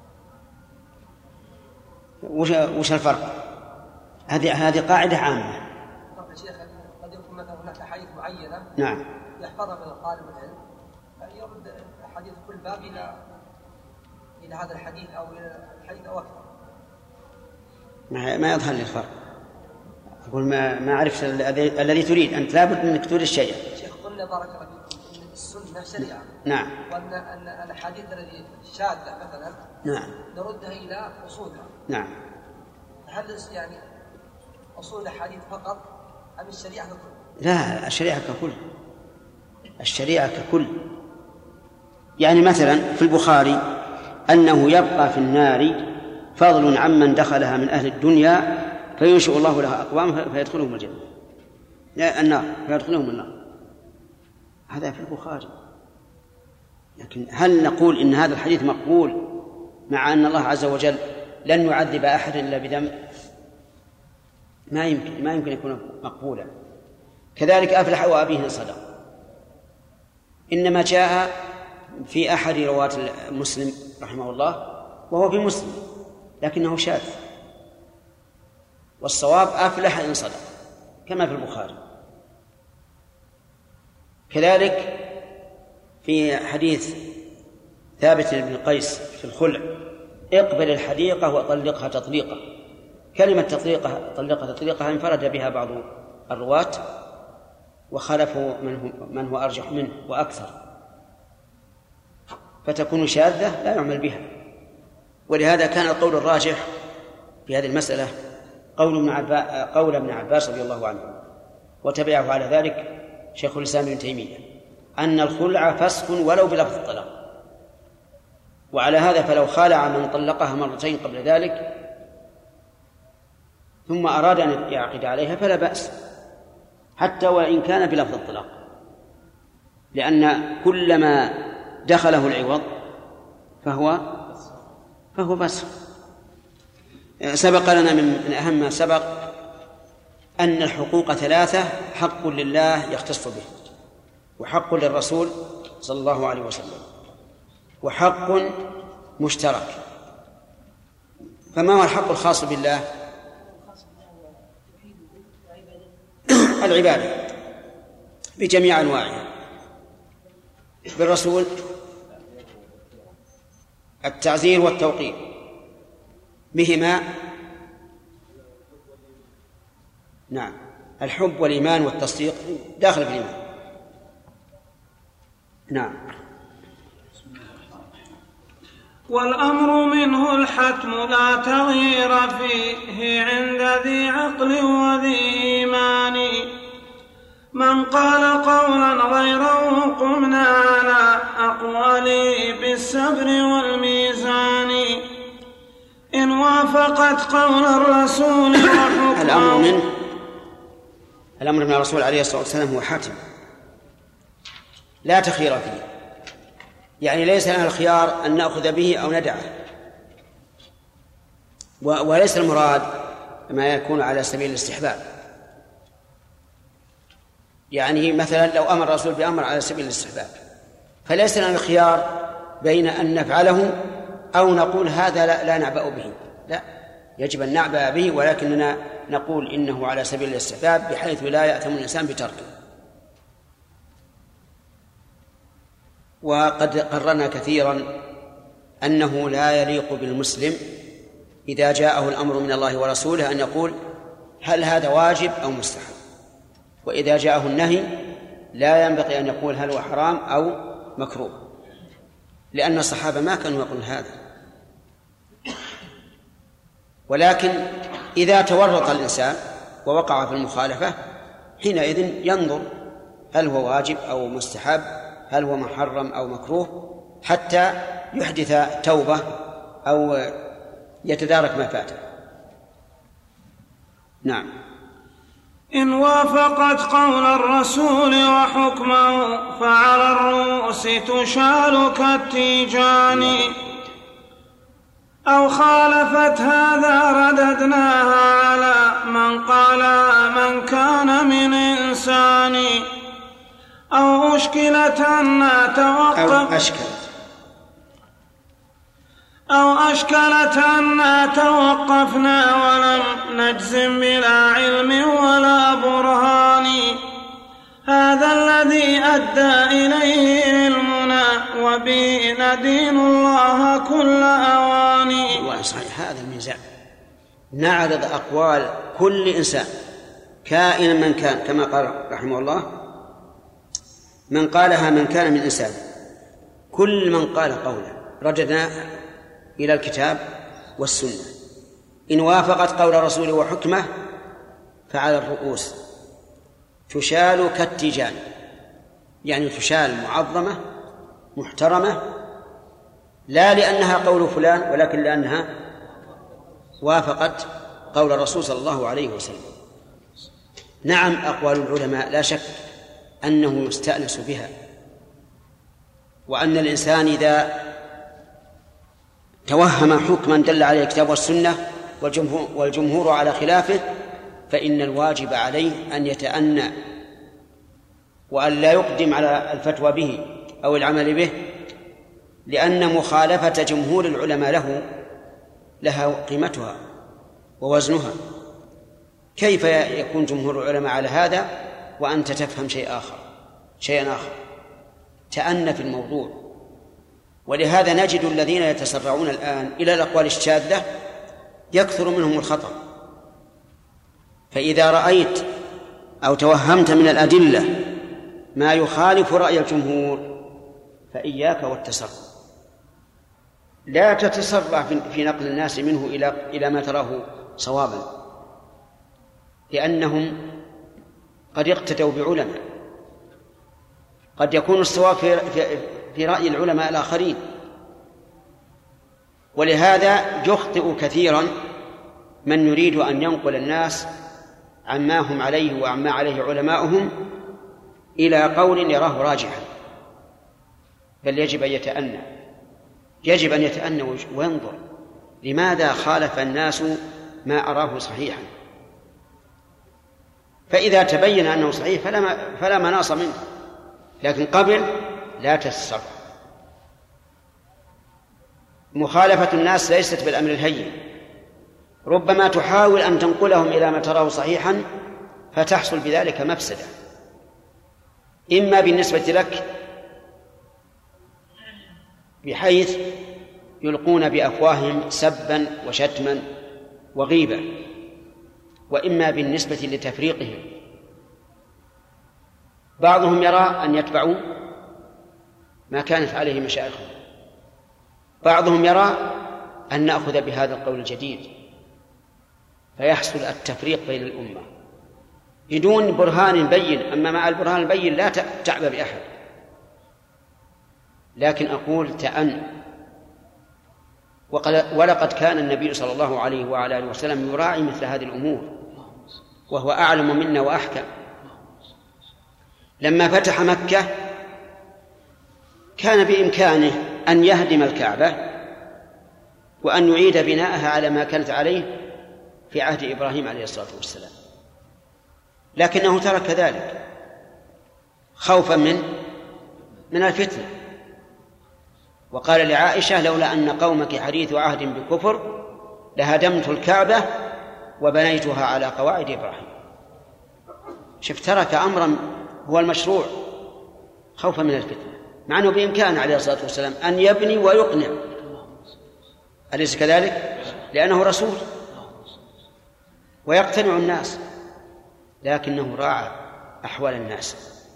وش وش الفرق؟ هذه هذه قاعدة عامة. يا شيخ قد يكون مثلا هناك أحاديث معينة نعم يحفظها من طالب العلم فيرد حديث كل باب إلى إلى هذا الحديث أو إلى الحديث أو أكثر. ما ما يظهر لي الفرق. أقول ما ما عرفت الذي تريد أنت، لابد أنك تريد الشيء. شيخ قلنا بارك الله فيكم إن السنة شريعة. نعم. وأن أن الأحاديث التي شاذة مثلا نعم نردها إلى أصولها. نعم. هل يعني أصول الحديث فقط أم الشريعة ككل؟ لا، الشريعة ككل. الشريعة ككل. يعني مثلا في البخاري أنه يبقى في النار فضل عمن دخلها من أهل الدنيا فينشئ الله لها أقوام فيدخلهم الجنة النار فيدخلهم النار. هذا في البخاري. لكن هل نقول إن هذا الحديث مقبول مع أن الله عز وجل لن يعذب أحد إلا بذنب؟ ما يمكن ما يمكن يكون مقبولا. كذلك أفلح وأبيه صدق، إنما جاء في أحد رواة مسلم رحمه الله وهو في مسلم لكنه شاذ، والصواب أفلح إن صدق كما في البخاري. كذلك في حديث ثابت بن قيس في الخلع اقبل الحديقة وطلقها تطليقة. كلمة تطليقها طلقها تطليقها انفرد بها بعض الرواة وخلفوا من هو أرجح منه وأكثر، فتكون شاذة لا يعمل بها. ولهذا كان القول الراجح في هذه المسألة قول ابن عباس, قول ابن عباس رضي الله عنه، وتبعه على ذلك شيخ الإسلام ابن تيمية، أن الخلع فسخ ولو بلفظ الطلاق. وعلى هذا فلو خالع من طلقها مرتين قبل ذلك ثم أراد أن يعقد عليها فلا بأس حتى وإن كان بلفظ الطلاق، لأن كلما دخله العوض فهو فهو فسخ. سبق لنا من أهم ما سبق أن الحقوق ثلاثة: حق لله يختص به، وحق للرسول صلى الله عليه وسلم، وحق مشترك. فما هو الحق الخاص بالله؟ العبادة بجميع أنواعها. بالرسول التعزير والتوقير، بهما نعم الحب والإيمان والتصديق داخل في الإيمان. نعم. والأمر منه الحتم لا تغيير فيه عند ذي عقل وذي إيمان. من قال قولا غيره قمنا على أقواله بالصبر والميزان. إن وافقت قول الرسول وحكمه. الأمر من الأمر من الرسول عليه الصلاة والسلام هو حاتم لا تخير فيه، يعني ليس لنا الخيار أن نأخذ به أو ندعه، وليس المراد ما يكون على سبيل الاستحباب. يعني مثلا لو أمر الرسول بأمر على سبيل الاستحباب فليس لنا الخيار بين أن نفعله أو نقول هذا لا, لا نعبأ به، لا، يجب أن نعبأ به، ولكننا نقول إنه على سبيل الاستحباب بحيث لا يأثم الإنسان بتركه. وقد قررنا كثيرا أنه لا يليق بالمسلم إذا جاءه الأمر من الله ورسوله أن يقول هل هذا واجب أو مستحب، وإذا جاءه النهي لا ينبغي أن يقول هل هو حرام أو مكروه، لأن الصحابة ما كانوا يقولون هذا. ولكن إذا تورط الإنسان ووقع في المخالفة حينئذ ينظر هل هو واجب أو مستحب، هل هو محرم أو مكروه، حتى يحدث توبة أو يتدارك ما فاته. نعم. إن وافقت قول الرسول وحكمه فعلى الرؤوس تشال كالتيجان. أو خالفت هذا رددناها على من قال من كان من إنسان. أو أشكلت أن توقف أو أشكلت أو أشكلت أنا توقفنا ولم نجزم بلا علم ولا برهان، هذا الذي أدى إليه علمنا وبه ندين الله كل أواني. والله صحيح هذا الميزان، نعرض أقوال كل إنسان كائنا من كان، كما قال رحمه الله من قالها من كان من إنسان، كل من قال قولا رددنا إلى الكتاب والسنة، إن وافقت قول رسوله وحكمه فعلى الرؤوس تشال كالتيجان، يعني تشال معظمة محترمة، لا لأنها قول فلان ولكن لأنها وافقت قول الرسول صلى الله عليه وسلم. نعم أقوال العلماء لا شك أنه يستأنس بها، وأن الإنسان إذا توهم حكما دل عليه الكتاب والسنة والجمهور, والجمهور على خلافه فإن الواجب عليه أن يتأنى وأن لا يقدم على الفتوى به أو العمل به، لأن مخالفة جمهور العلماء له لها قيمتها ووزنها. كيف يكون جمهور العلماء على هذا وأنت تفهم شيء آخر شيئا آخر؟ تأنى في الموضوع. ولهذا نجد الذين يتسرعون الآن إلى الأقوال الشاذة يكثر منهم الخطأ. فإذا رأيت أو توهمت من الأدلة ما يخالف رأي الجمهور فإياك والتسرع، لا تتسرع في نقل الناس منه إلى إلى ما تراه صوابا، لأنهم قد اقتدوا بعلماء، قد يكون الصواب في, في, في رأي العلماء الآخرين. ولهذا يخطئ كثيرا من يريد أن ينقل الناس عما هم عليه وعما عليه علماؤهم إلى قول يراه راجحا، بل يجب أن يتأنى يجب أن يتأنى وينظر لماذا خالف الناس ما أراه صحيحا، فإذا تبين أنه صحيح فلا, فلا مناص منه، لكن قبل لا تتسرع. مخالفة الناس ليست بالأمر الهين، ربما تحاول أن تنقلهم إلى ما تراه صحيحا فتحصل بذلك مفسدة، إما بالنسبة لك بحيث يلقون بأفواههم سبا وشتما وغيبة، وإما بالنسبة لتفريقهم. بعضهم يرى أن يتبعوا ما كانت عليه مشايخهم، بعضهم يرى أن نأخذ بهذا القول الجديد، فيحصل التفريق بين الأمة بدون برهان بين. أما مع البرهان البين لا تعب بأحد، لكن أقول تأن. ولقد كان النبي صلى الله عليه وعلى آله وسلم يراعي مثل هذه الأمور وهو أعلم منا وأحكم. لما فتح مكة كان بإمكانه أن يهدم الكعبة وأن يعيد بناءها على ما كانت عليه في عهد إبراهيم عليه الصلاة والسلام، لكنه ترك ذلك خوفا من من الفتنة، وقال لعائشة: لولا أن قومك حديث عهد بكفر لهدمت الكعبة وبنيتها على قواعد إبراهيم. شف، ترك أمرا هو المشروع خوفا من الفتنة، مع أنه بإمكان عليه الصلاة والسلام أن يبني ويقنع، أليس كذلك؟ لأنه رسول ويقتنع الناس، لكنه راعى أحوال الناس.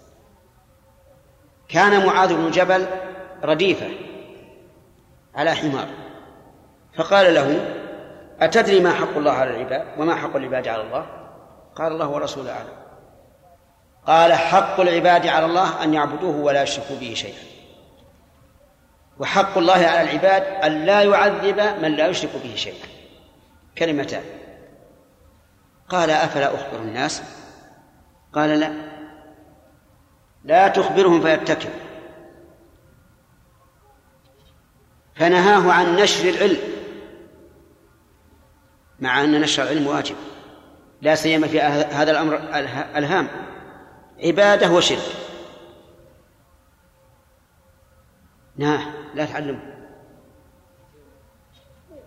كان معاذ بن جبل رديفة على حمار، فقال له: أتدري ما حق الله على العباد وما حق العباد على الله؟ قال: الله ورسوله أعلم. قال: حق العباد على الله أن يعبدوه ولا يشركوا به شيئا، وحق الله على العباد أن لا يعذب من لا يشرك به شيئا. كلمتان. قال: أفلا أخبر الناس؟ قال: لا لا تخبرهم فيتكل. فنهاه عن نشر العلم، مع أن نشر العلم واجب، لا سيما في هذا الأمر الهام، عبادة وشرك. نعم، لا تعلمه.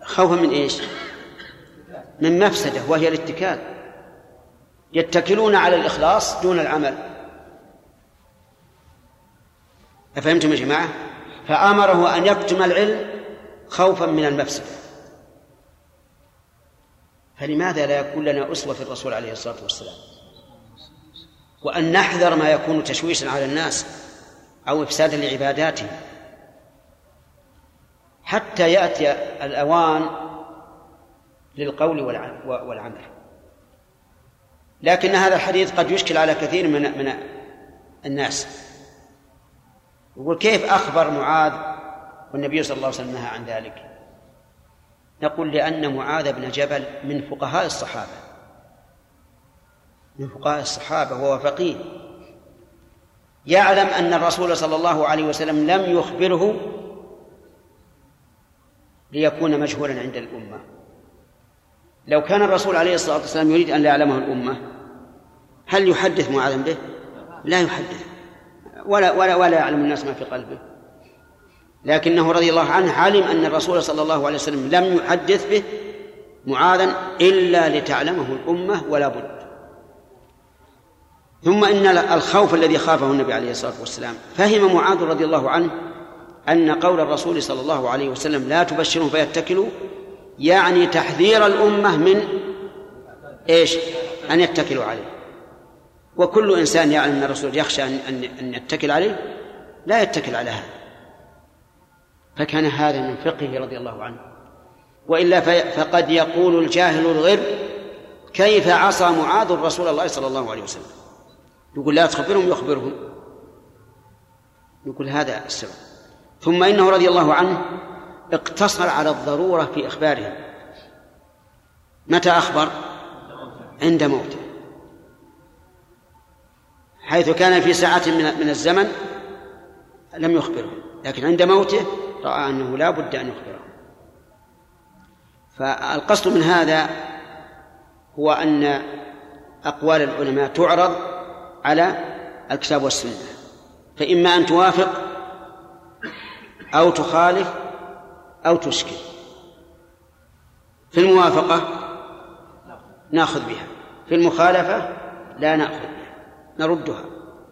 خوفا من إيش؟ من مفسدة وهي الاتكال، يتكلون على الإخلاص دون العمل. أفهمتم يا جماعة؟ فأمره أن يكتم العلم خوفا من المفسدة. فلماذا لا يكون لنا أسوة في الرسول عليه الصلاة والسلام، وأن نحذر ما يكون تشويشا على الناس أو إفسادا لعباداتهم حتى يأتي الأوان للقول والعمل. لكن هذا الحديث قد يشكل على كثير من من الناس، يقول كيف أخبر معاذ والنبي صلى الله عليه وسلم نهى عن ذلك؟ نقول لأن معاذ بن جبل من فقهاء الصحابة، من فقهاء الصحابة وهو فقيه، يعلم أن الرسول صلى الله عليه وسلم لم يخبره ليكون مجهولا عند الأمة. لو كان الرسول عليه الصلاة والسلام يريد أن لا يعلمه الأمة هل يحدث معاذ به؟ لا يحدث، ولا, ولا, ولا يعلم الناس ما في قلبه. لكنه رضي الله عنه علم أن الرسول صلى الله عليه وسلم لم يحدث به معاذا إلا لتعلمه الأمة ولا بد. ثم إن الخوف الذي خافه النبي عليه الصلاة والسلام فهم معاذ رضي الله عنه أن قول الرسول صلى الله عليه وسلم لا تبشرهم فيتكلوا يعني تحذير الأمة من إيش؟ أن يتكلوا عليه. وكل إنسان يعلم أن الرسول يخشى أن يتكل عليه لا يتكل على هذا. فكان هذا من فقهه رضي الله عنه. وإلا فقد يقول الجاهل الغر كيف عصى معاذ رسول الله صلى الله عليه وسلم، يقول لا تخبرهم يخبرهم، يقول هذا السبب. ثم إنه رضي الله عنه اقتصر على الضرورة في إخبارهم. متى أخبر؟ عند موته، حيث كان في ساعة من الزمن لم يخبره، لكن عند موته رأى أنه لا بد أن يخبره. فالقصد من هذا هو أن أقوال العلماء تعرض على الكتاب والسنة، فإما أن توافق أو تخالف أو تشكل. في الموافقة نأخذ بها، في المخالفة لا نأخذ بها، نردها.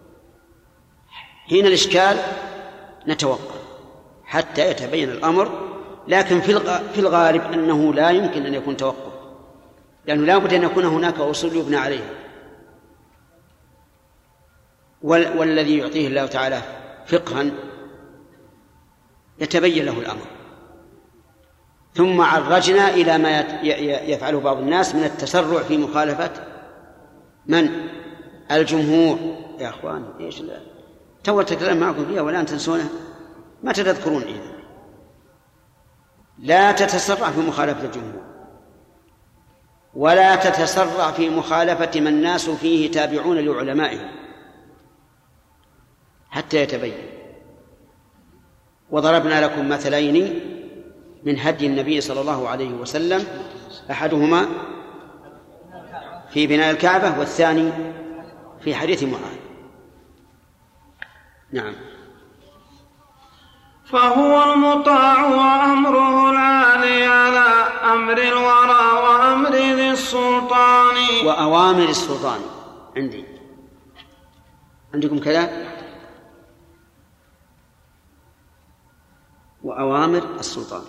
حين الإشكال نتوقف حتى يتبين الأمر، لكن في الغالب أنه لا يمكن أن يكون توقف، لأنه لا بد أن يكون هناك أصول يبنى عليها. والذي يعطيه الله تعالى فقها يتبين له الأمر. ثم عرجنا إلى ما يفعله بعض الناس من التسرع في مخالفة من؟ الجمهور. يا أخوان إيش تو تكلم معكم فيها ولا تنسونه، ما تذكرون إذن. لا تتسرع في مخالفة الجمهور، ولا تتسرع في مخالفة من الناس فيه تابعون لعلمائهم حتى يتبين. وضربنا لكم مثلين من هدي النبي صلى الله عليه وسلم، أحدهما في بناء الكعبة والثاني في حديث معاذ. نعم. فهو المطاع وأمره العالي على أمر الورى وأمر ذي السلطان. وأوامر السلطان عندي، عندكم كذا؟ وأوامر السلطان.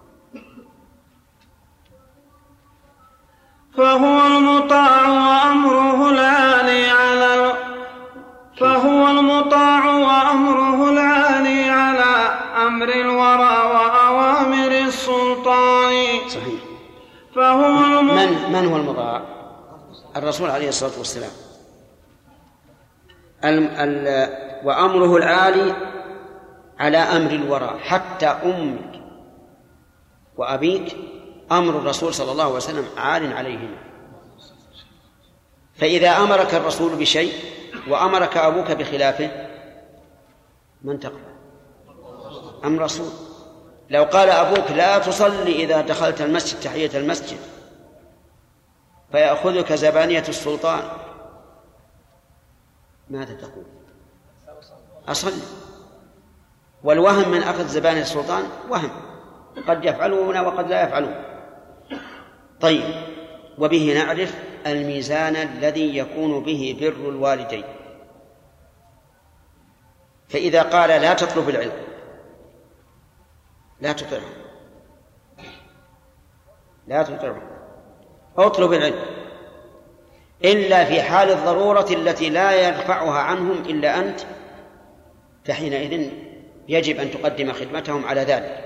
فهو المطاع وأمره العالي على فهو المطاع وأمره العالي على أمر الورى وأوامر السلطان. صحيح. فهو الم... من من هو المطاع؟ الرسول عليه الصلاة والسلام. ال... ال... وأمره العالي على أمر الورى، حتى أمك وأبيك أمر الرسول صلى الله عليه وسلم عال عليهما. فإذا أمرك الرسول بشيء وأمرك أبوك بخلافه من تقبل؟ أم رسول. لو قال أبوك لا تصلي إذا دخلت المسجد تحية المسجد فيأخذك زبانية السلطان، ماذا تقول؟ أصلي. والوهم من أخذ زبانية السلطان وهم، قد يفعلون وقد لا يفعلون. طيب، وبه نعرف الميزان الذي يكون به بر الوالدين. فإذا قال لا تطلب العلم لا تطعه لا تطعه اطلب العلم إلا في حال الضرورة التي لا يرفعها عنهم إلا أنت، فحينئذ يجب أن تقدم خدمتهم على ذلك.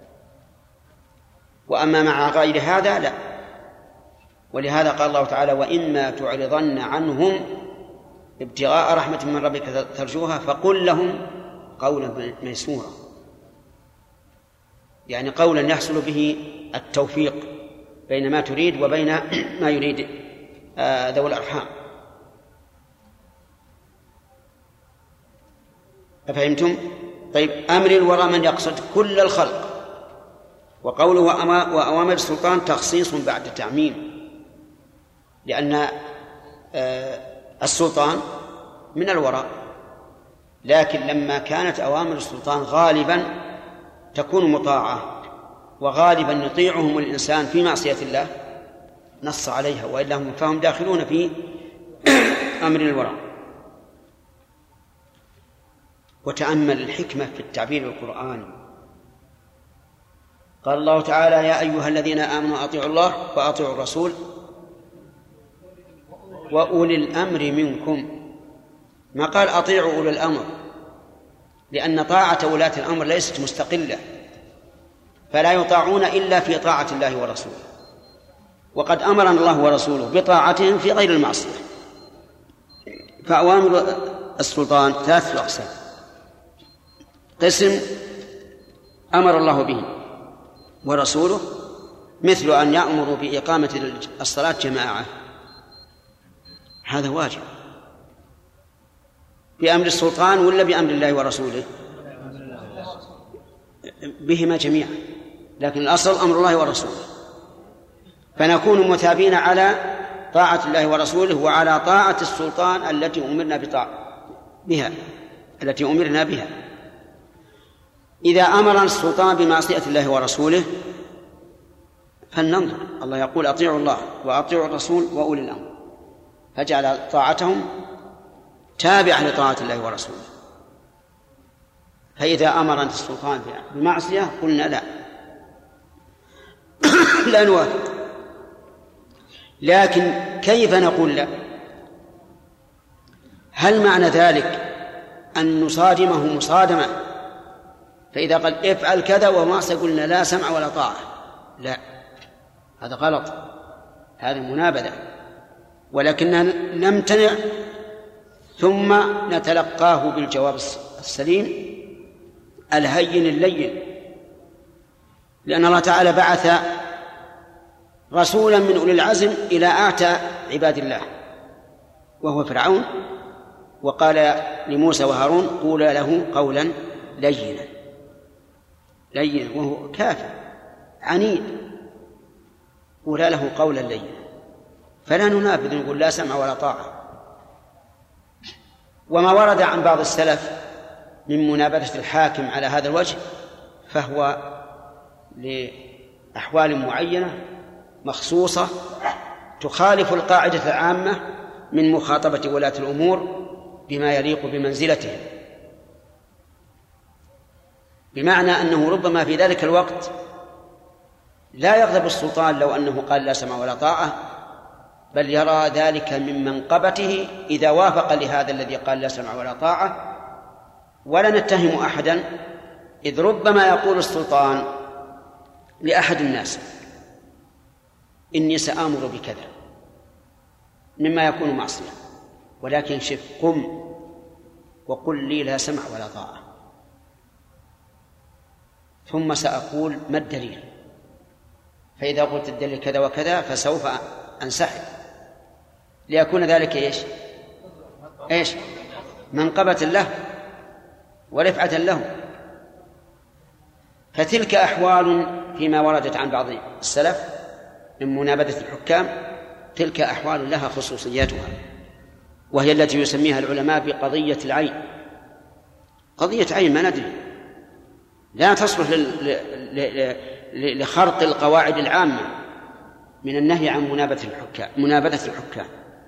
وأما مع غير هذا لا. ولهذا قال الله تعالى: وإما تعرضن عنهم ابتغاء رحمة من ربك ترجوها فقل لهم قولا ميسورا، يعني قولا يحصل به التوفيق بين ما تريد وبين ما يريد ذوي الأرحام. أفهمتم؟ طيب، أمر الورى من يقصد كل الخلق، وقوله وأوامر السلطان تخصيص بعد تعميم، لأن السلطان من الورى، لكن لما كانت أوامر السلطان غالبا تكون مطاعة، وغالبا يطيعهم الإنسان في معصية الله نص عليها، وإلا هم فهم داخلون في أمر الورى. وتأمل الحكمة في التعبير القرآني. قال الله تعالى: يا أيها الذين آمنوا أطيعوا الله وأطيعوا الرسول وأولي الأمر منكم. ما قال أطيعوا أولي الأمر، لأن طاعة ولاة الأمر ليست مستقلة، فلا يطاعون إلا في طاعة الله ورسوله، وقد أمرنا الله ورسوله بطاعتهم في غير المعصية. فأوامر السلطان ثلاث أقسام: قسم أمر الله به ورسوله، مثل أن يأمر بإقامة الصلاة جماعة، هذا واجب بأمر السلطان ولا بأمر الله ورسوله؟ بهما جميعا، لكن الأصل أمر الله ورسوله، فنكون مثابين على طاعة الله ورسوله وعلى طاعة السلطان التي أمرنا بطاعة بها التي أمرنا بها. إذا أمر السلطان بمعصية الله ورسوله فلننظر. الله يقول: أطيعوا الله وأطيعوا الرسول وأولي الأمر، فجعل طاعتهم تابعة لطاعة الله ورسوله. فإذا أمر السلطان بمعصية قلنا لا لا نوافق. لكن كيف نقول لا؟ هل معنى ذلك أن نصادمه مصادمة، فإذا قال افعل كذا ومعصية قلنا لا سمع ولا طاعة؟ لا، هذا غلط، هذه منابذة، ولكننا نمتنع ثم نتلقاه بالجواب السليم الهين اللين، لأن الله تعالى بعث رسولا من أولي العزم إلى أعتى عباد الله وهو فرعون، وقال لموسى وهارون: قولا له قولا لينا لينا وهو كافر عنيد، قولا له قولا لينا. فلا ننابذ نقول لا سمع ولا طاعة. وما ورد عن بعض السلف من منابذة الحاكم على هذا الوجه فهو لأحوال معينة مخصوصة تخالف القاعدة العامة من مخاطبة ولاة الأمور بما يليق بمنزلتهم، بمعنى أنه ربما في ذلك الوقت لا يغضب السلطان لو أنه قال لا سمع ولا طاعة، بل يرى ذلك من منقبته إذا وافق لهذا الذي قال لا سمع ولا طاعة. ولا نتهم أحدا، إذ ربما يقول السلطان لأحد الناس: إني سآمر بكذا، مما يكون معصية، ولكن شف قم وقل لي لا سمع ولا طاعة، ثم سأقول ما الدليل، فإذا قلت الدليل كذا وكذا فسوف أنسحب، ليكون ذلك إيش إيش منقبة له ورفعة له. فتلك أحوال فيما وردت عن بعض السلف من منابذة الحكام، تلك أحوال لها خصوصياتها، وهي التي يسميها العلماء بقضية العين. قضية عين ما ندري، لا تصلح لخرق القواعد العامة من النهي عن منابذة الحكام منابذة الحكام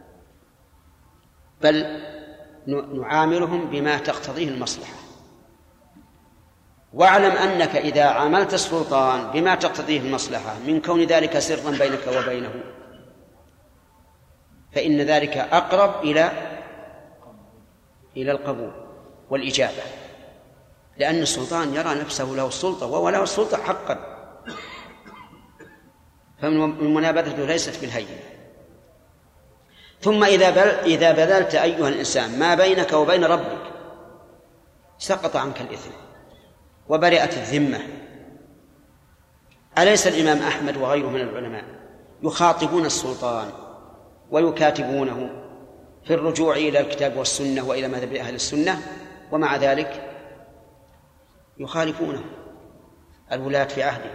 بل نعاملهم بما تقتضيه المصلحة. واعلم أنك إذا عاملت السلطان بما تقتضيه المصلحة من كون ذلك سرا بينك وبينه فإن ذلك أقرب إلى إلى القبول والإجابة، لأن السلطان يرى نفسه له السلطة وهو له السلطة حقا، فالمنابذة ليست بالهين. ثم إذا بل إذا بذلت أيها الإنسان ما بينك وبين ربك سقط عنك الإثم وبرئت الذمة. أليس الإمام أحمد وغيره من العلماء يخاطبون السلطان ويكاتبونه في الرجوع إلى الكتاب والسنة وإلى مذهب أهل السنة، ومع ذلك يخالفونه الولاة في عهدهم؟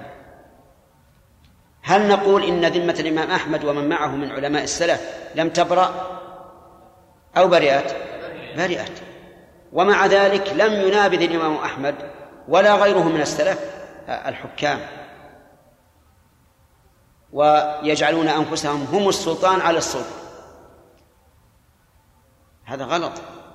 هل نقول إن ذمة الإمام أحمد ومن معه من علماء السلف لم تبرأ أو برئت؟ برئت، ومع ذلك لم ينابذ الإمام أحمد ولا غيره من السلف الحكام، ويجعلون أنفسهم هم السلطان على السلطة. هذا غلط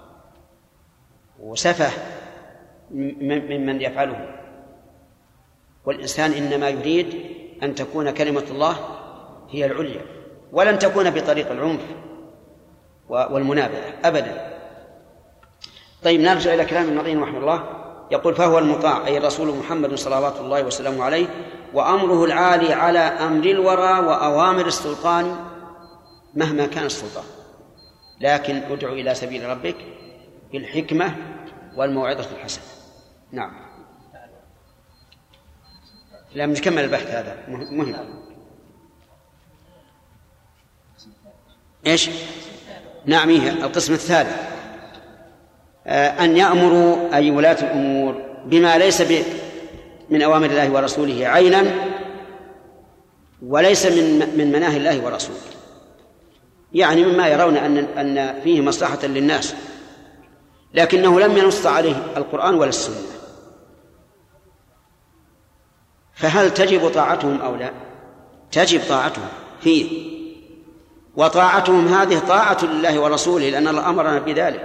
وسفه ممن يفعله. والإنسان إنما يريد أن تكون كلمة الله هي العليا، ولن تكون بطريق العنف والمنابذة أبدا. طيب نرجع إلى كلام النظيم رحمه الله، يقول: فهو المطاع أي الرسول محمد صلوات الله وسلامه عليه، وأمره العالي على أمر الورى وأوامر السلطان مهما كان السلطان، لكن ادعو إلى سبيل ربك بالحكمة والموعظة الحسنة. نعم. لا نكمل البحث هذا مهم. إيش؟ نعم، هي القسم الثالث، أن يأمروا أي ولاة الأمور بما ليس من أوامر الله ورسوله عينا وليس من من مناهي الله ورسوله، يعني مما يرون أن أن فيه مصلحة للناس، لكنه لم ينص عليه القرآن ولا السنة. فهل تجب طاعتهم أو لا؟ تجب طاعتهم فيه، وطاعتهم هذه طاعة لله ورسوله، لأن الله أمرنا بذلك،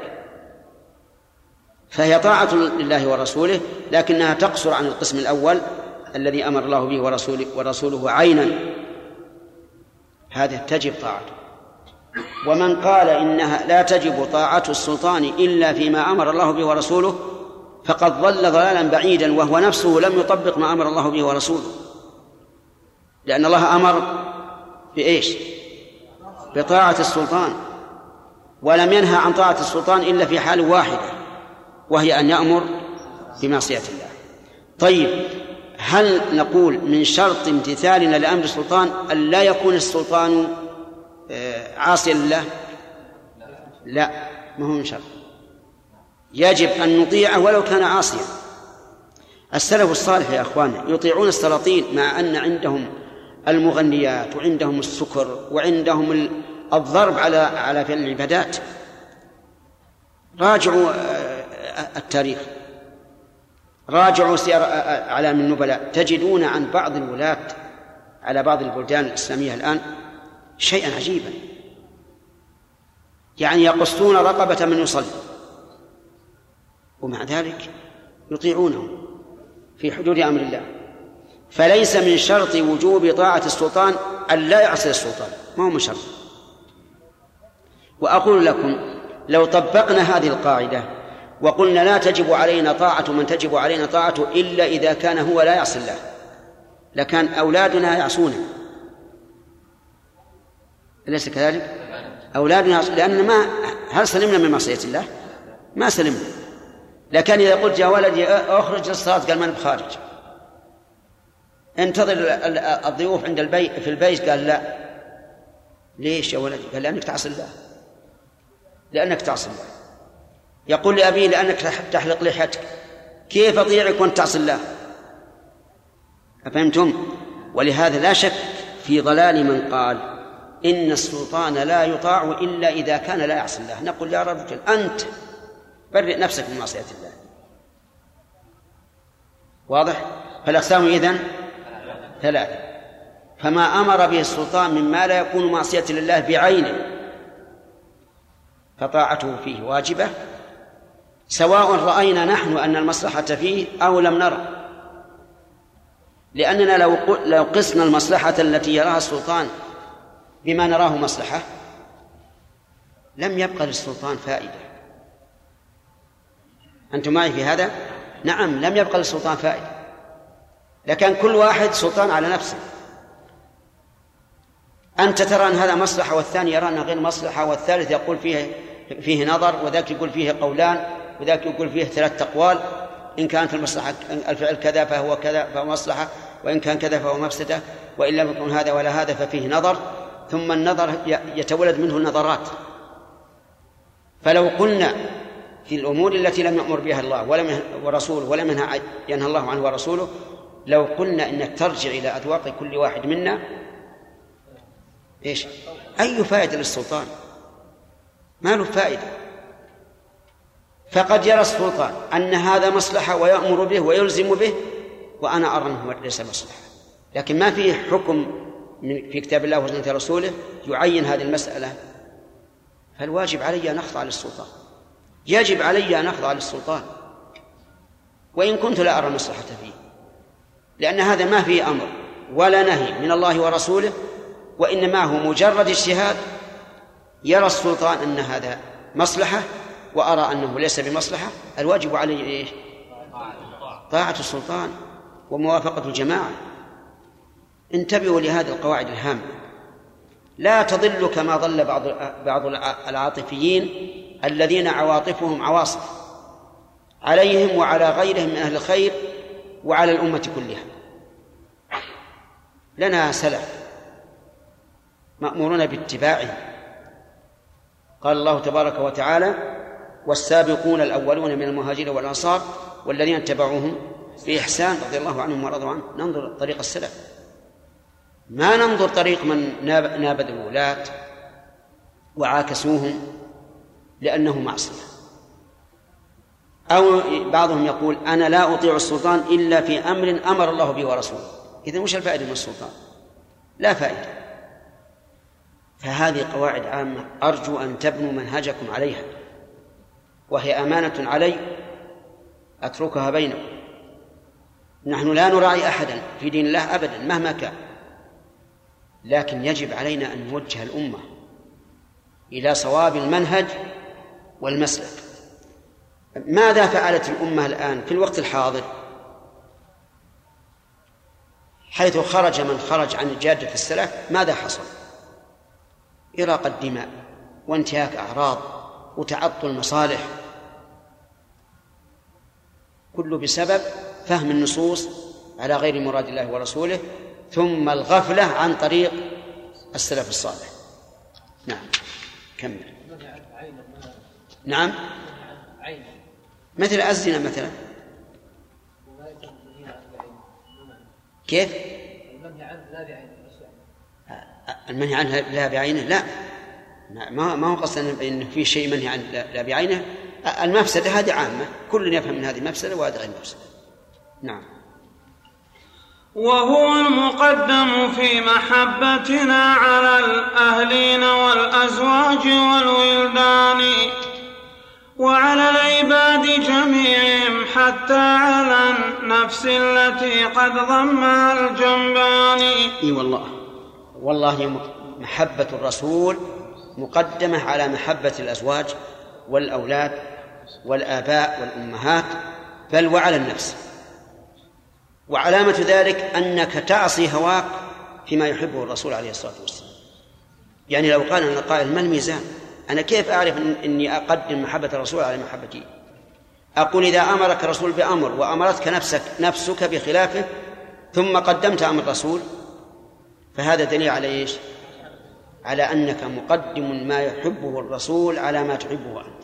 فهي طاعة لله ورسوله، لكنها تقصر عن القسم الأول الذي أمر الله به ورسوله, ورسوله عينا، هذه تجب طاعته. ومن قال إنها لا تجب طاعة السلطان إلا فيما أمر الله به ورسوله فقد ضل ضلالا بعيدا، وهو نفسه لم يطبق ما أمر الله به ورسوله، لأن الله أمر بإيش؟ بطاعة السلطان، ولم ينهى عن طاعة السلطان إلا في حال واحدة، وهي أن يأمر بمعصية الله. طيب، هل نقول من شرط امتثالنا لأمر السلطان أن لا يكون السلطان عاصيا لله؟ لا، ما هو من شرط، يجب أن نطيعه ولو كان عاصيا. السلف الصالح يا أخواني يطيعون السلاطين مع أن عندهم المغنيات وعندهم السكر وعندهم الضرب على على فعل العبادات. راجعوا التاريخ، راجعوا سير أعلام النبلاء، تجدون عن بعض الولاة على بعض البلدان الإسلامية الآن شيئا عجيبا، يعني يقصون رقبة من يصلي ومع ذلك يطيعونه في حدود أمر الله. فليس من شرط وجوب طاعة السلطان أن لا يعصي السلطان، ما هو من شرط. وأقول لكم لو طبقنا هذه القاعدة وقلنا لا تجب علينا طاعة من تجب علينا طاعته إلا إذا كان هو لا يعصي الله، لكان أولادنا يعصونه، أليس كذلك؟ أولادنا يعصون، لأن ما هل سلمنا من معصية الله؟ ما سلمنا. لكن إذا قلت يا ولدي أخرج للصلاة قال ما بخارج، انتظر الضيوف عند البيت في البيت قال لا. ليش يا ولدي؟ قال لأنك تعصي الله، لأنك تعصي الله. يقول لأبيه لأنك تحلق لحيتك، كيف أطيعك وأنت تعصي الله؟ أفهمتم؟ ولهذا لا شك في ضلال من قال إن السلطان لا يطاع إلا إذا كان لا يعصي الله. نقول يا رجل أنت برئ نفسك من معصية الله، واضح؟ فالأقسام إذن ثلاثة. فما أمر به السلطان مما لا يكون معصية لله بعينه فطاعته فيه واجبة، سواء رأينا نحن أن المصلحة فيه أو لم نرى، لأننا لو قسنا المصلحة التي يراها السلطان بما نراه مصلحة لم يبقى للسلطان فائدة. أنتم معي في هذا؟ نعم، لم يبقى للسلطان فائدة، لكن كل واحد سلطان على نفسه. أنت ترى أن هذا مصلحة والثاني يرى أنه غير مصلحة، والثالث يقول فيه فيه نظر، وذاك يقول فيه قولان، وذاك يقول فيه ثلاث أقوال. إن كانت المصلحة الفعل كذا فهو كذا فهو مصلحة، وإن كان كذا فهو مفسدة، وإن لم يكن هذا ولا هذا ففيه نظر، ثم النظر يتولد منه نظرات. فلو قلنا في الأمور التي لم يأمر بها الله ولم ورسوله ولم ينهى الله عنه ورسوله، لو قلنا إنك ترجع إلى أذواق كل واحد منا، إيش؟ أي فائدة للسلطان؟ ما له فائدة. فقد يرى السلطان أن هذا مصلحة ويأمر به ويلزم به، وأنا أرى أنه ليس مصلحة، لكن ما فيه حكم في كتاب الله وسنة رسوله يعين هذه المسألة. فالواجب علي أن أخضع للسلطان، يجب علي أن أخضع للسلطان وإن كنت لا أرى المصلحة فيه، لأن هذا ما فيه أمر ولا نهي من الله ورسوله، وإنما هو مجرد اجتهاد. يرى السلطان أن هذا مصلحة وأرى أنه ليس بمصلحة، الواجب عليه إيش؟ طاعة السلطان وموافقة الجماعة. انتبهوا لهذه القواعد الهامة، لا تضل كما ضل بعض بعض العاطفيين الذين عواطفهم عواصف عليهم وعلى غيرهم من أهل الخير وعلى الأمة كلها. لنا سلف مأمورون باتباعه. قال الله تبارك وتعالى: والسابقون الأولون من المهاجرين والأنصار والذين اتبعوهم بإحسان رضي الله عنهم ورضوا عنه. ننظر طريق السلف، ما ننظر طريق من نابذ الولاة وعاكسوهم لأنه معصية. أو بعضهم يقول: أنا لا أطيع السلطان إلا في أمر أمر الله به ورسوله. إذن وش الفائدة من السلطان؟ لا فائدة. فهذه قواعد عامة أرجو أن تبنوا منهجكم عليها، وهي أمانة علي أتركها بينكم. نحن لا نراعي أحدا في دين الله أبدا مهما كان، لكن يجب علينا أن نوجه الأمة إلى صواب المنهج والمسلك. ماذا فعلت الأمة الآن في الوقت الحاضر حيث خرج من خرج عن جادة السلف؟ ماذا حصل؟ إراقة الدماء وانتهاك أعراض وتعطل مصالح، كله بسبب فهم النصوص على غير مراد الله ورسوله، ثم الغفلة عن طريق السلف الصالح. نعم، كمل. نعم، مثل الزنا مثلا. كيف؟ المنهي عنه لا بعينه؟ لا، ما ما هو قصدنا إن في شيء منهي عنه لا بعينه. المفسدة هذه عامة، كل يفهم من هذه المفسدة وهذه غير مفسدة. نعم. وهو المقدم في محبتنا على الأهلين والأزواج والولدان وعلى العباد جميعهم، حتى على النفس التي قد ضمها الجنبان. اي والله والله محبة الرسول مقدمة على محبة الأزواج والأولاد والآباء والأمهات، بل وعلى النفس. وعلامة ذلك أنك تعصي هواك فيما يحبه الرسول عليه الصلاة والسلام. يعني لو قال أن قائل: ما الميزان؟ أنا كيف أعرف أني أقدم محبة الرسول على محبتي؟ أقول: إذا أمرك الرسول بأمر وأمرتك نفسك نفسك بخلافه ثم قدمت أمر الرسول، فهذا دليل على إيش؟ على أنك مقدم ما يحبه الرسول على ما تحبه أنت.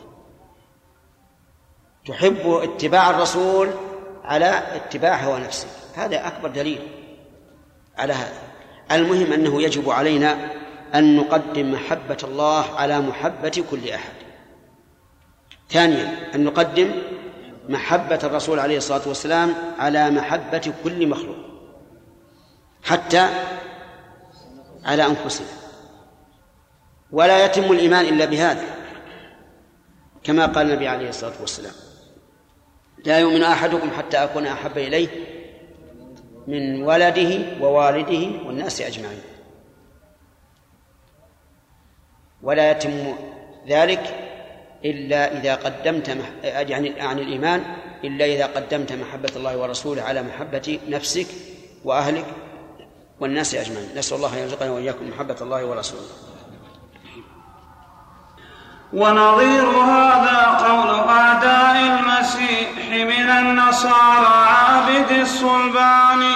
تحب اتباع الرسول على اتباع هوى نفسك، هذا أكبر دليل على هذا. المهم أنه يجب علينا أن نقدم محبة الله على محبة كل أحد. ثانيا، أن نقدم محبة الرسول عليه الصلاة والسلام على محبة كل مخلوق حتى على أنفسنا، ولا يتم الإيمان إلا بهذا، كما قال النبي عليه الصلاة والسلام: لا يؤمن أحدكم حتى أكون أحب إليه من ولده ووالده والناس أجمعين. ولا يتم ذلك إلا إذا قدمت يعني عن الإيمان إلا إذا قدمت محبة الله ورسوله على محبة نفسك وأهلك والناس أجمعين. نسأل الله أن يرزقنا وإياكم محبة الله ورسوله. ونظير هذا قول أعداء المسيح من النصارى عابد الصلبان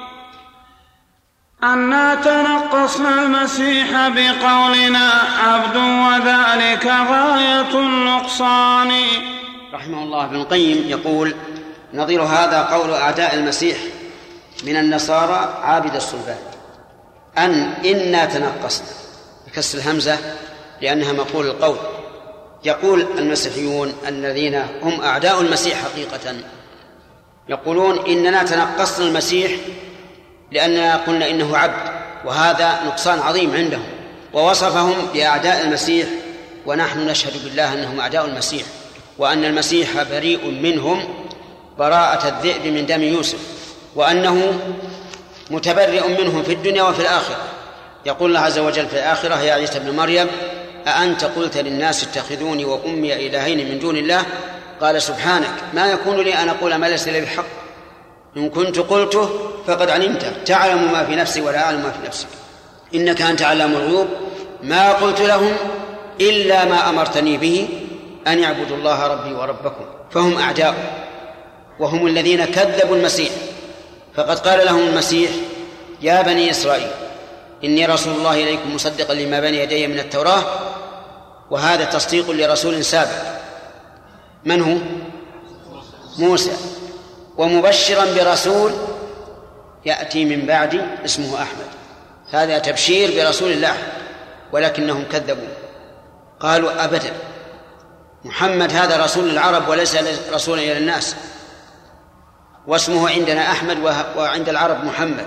أننا تنقصنا المسيح بقولنا عبد وذلك غاية النقصان. رحمه الله ابن القيم يقول: نظير هذا قول أعداء المسيح من النصارى عابد الصلبان أن إنا تنقصنا بكسر الهمزة لأنها مقول القول. يقول المسيحيون الذين هم أعداء المسيح حقيقة يقولون إننا تنقصنا المسيح لأننا قلنا إنه عبد، وهذا نقصان عظيم عندهم، ووصفهم بأعداء المسيح، ونحن نشهد بالله أنهم أعداء المسيح، وأن المسيح بريء منهم براءة الذئب من دم يوسف، وأنه متبرئ منهم في الدنيا وفي الآخرة. يقول الله عز وجل في الآخرة: يا عيسى ابن مريم أأنت قلت للناس اتخذوني وأمي إلهين من دون الله؟ قال: سبحانك ما يكون لي أن أقول ما ليس لي بحق، إن كنت قلته فقد علمته، تعلم ما في نفسي ولا أعلم ما في نفسك، إنك أنت علام الغيوب. ما قلت لهم إلا ما أمرتني به أن يعبدوا الله ربي وربكم. فهم أعداء، وهم الذين كذبوا المسيح. فقد قال لهم المسيح: يا بني إسرائيل إني رسول الله إليكم مصدقا لما بين يدي من التوراة. وهذا تصديق لرسول سابق، من هو؟ موسى. ومبشرا برسول يأتي من بعد اسمه أحمد. هذا تبشير برسول الله، ولكنهم كذبوا، قالوا أبدا، محمد هذا رسول العرب وليس رسولا إلى الناس، واسمه عندنا أحمد وعند العرب محمد.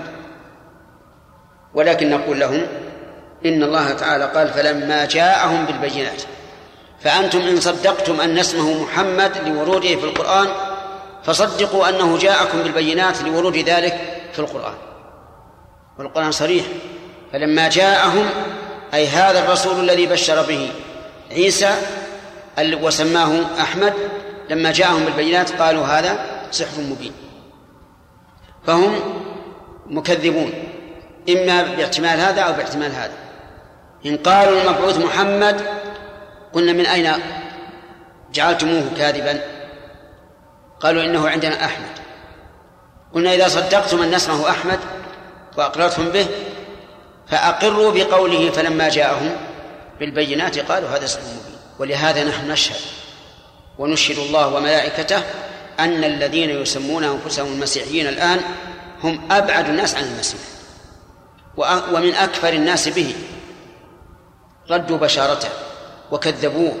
ولكن نقول لهم إن الله تعالى قال: فلما جاءهم بالبينات. فأنتم إن صدقتم أن اسمه محمد لوروده في القرآن فصدقوا أنه جاءكم بالبينات لورود ذلك في القرآن، والقرآن صريح. فلما جاءهم أي هذا الرسول الذي بشر به عيسى وسماه أحمد، لما جاءهم بالبينات قالوا هذا سحر مبين. فهم مكذبون إما باحتمال هذا أو باحتمال هذا. إن قالوا المبعوث محمد قلنا: من أين جعلتموه كاذبا؟ قالوا: إنه عندنا أحمد. قلنا: إذا صدقتم أن اسمه أحمد وأقررتم به فأقروا بقوله فلما جاءهم بالبينات قالوا هذا سحر مبين. ولهذا نحن نشهد ونشهد الله وملائكته أن الذين يسمون أنفسهم المسيحيين الآن هم أبعد الناس عن المسيح ومن أكثر الناس به، ردوا بشارته وكذبوه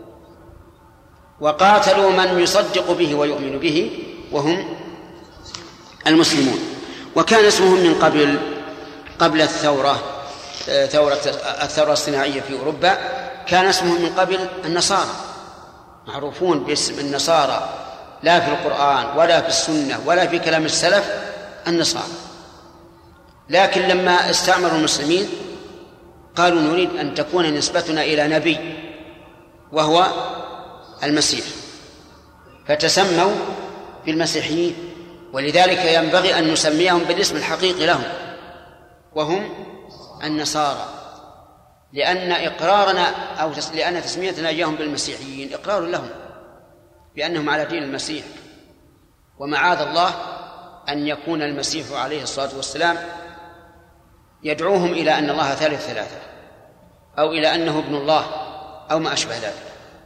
وقاتلوا من يصدق به ويؤمن به وهم المسلمون. وكان اسمهم من قبل قبل الثورة ثورة الثورة الصناعية في أوروبا، كان اسمهم من قبل النصارى، معروفون باسم النصارى، لا في القرآن ولا في السنة ولا في كلام السلف النصارى. لكن لما استعمروا المسلمين قالوا: نريد أن تكون نسبتنا إلى نبي وهو المسيح، فتسموا بالمسيحيين. ولذلك ينبغي أن نسميهم بالاسم الحقيقي لهم وهم النصارى، لأن إقرارنا أو لأن تسميتنا إياهم بالمسيحيين إقرار لهم بأنهم على دين المسيح. ومعاذ الله أن يكون المسيح عليه الصلاة والسلام يدعوهم إلى أن الله ثالث ثلاثة أو إلى أنه ابن الله أو ما أشبه ذلك.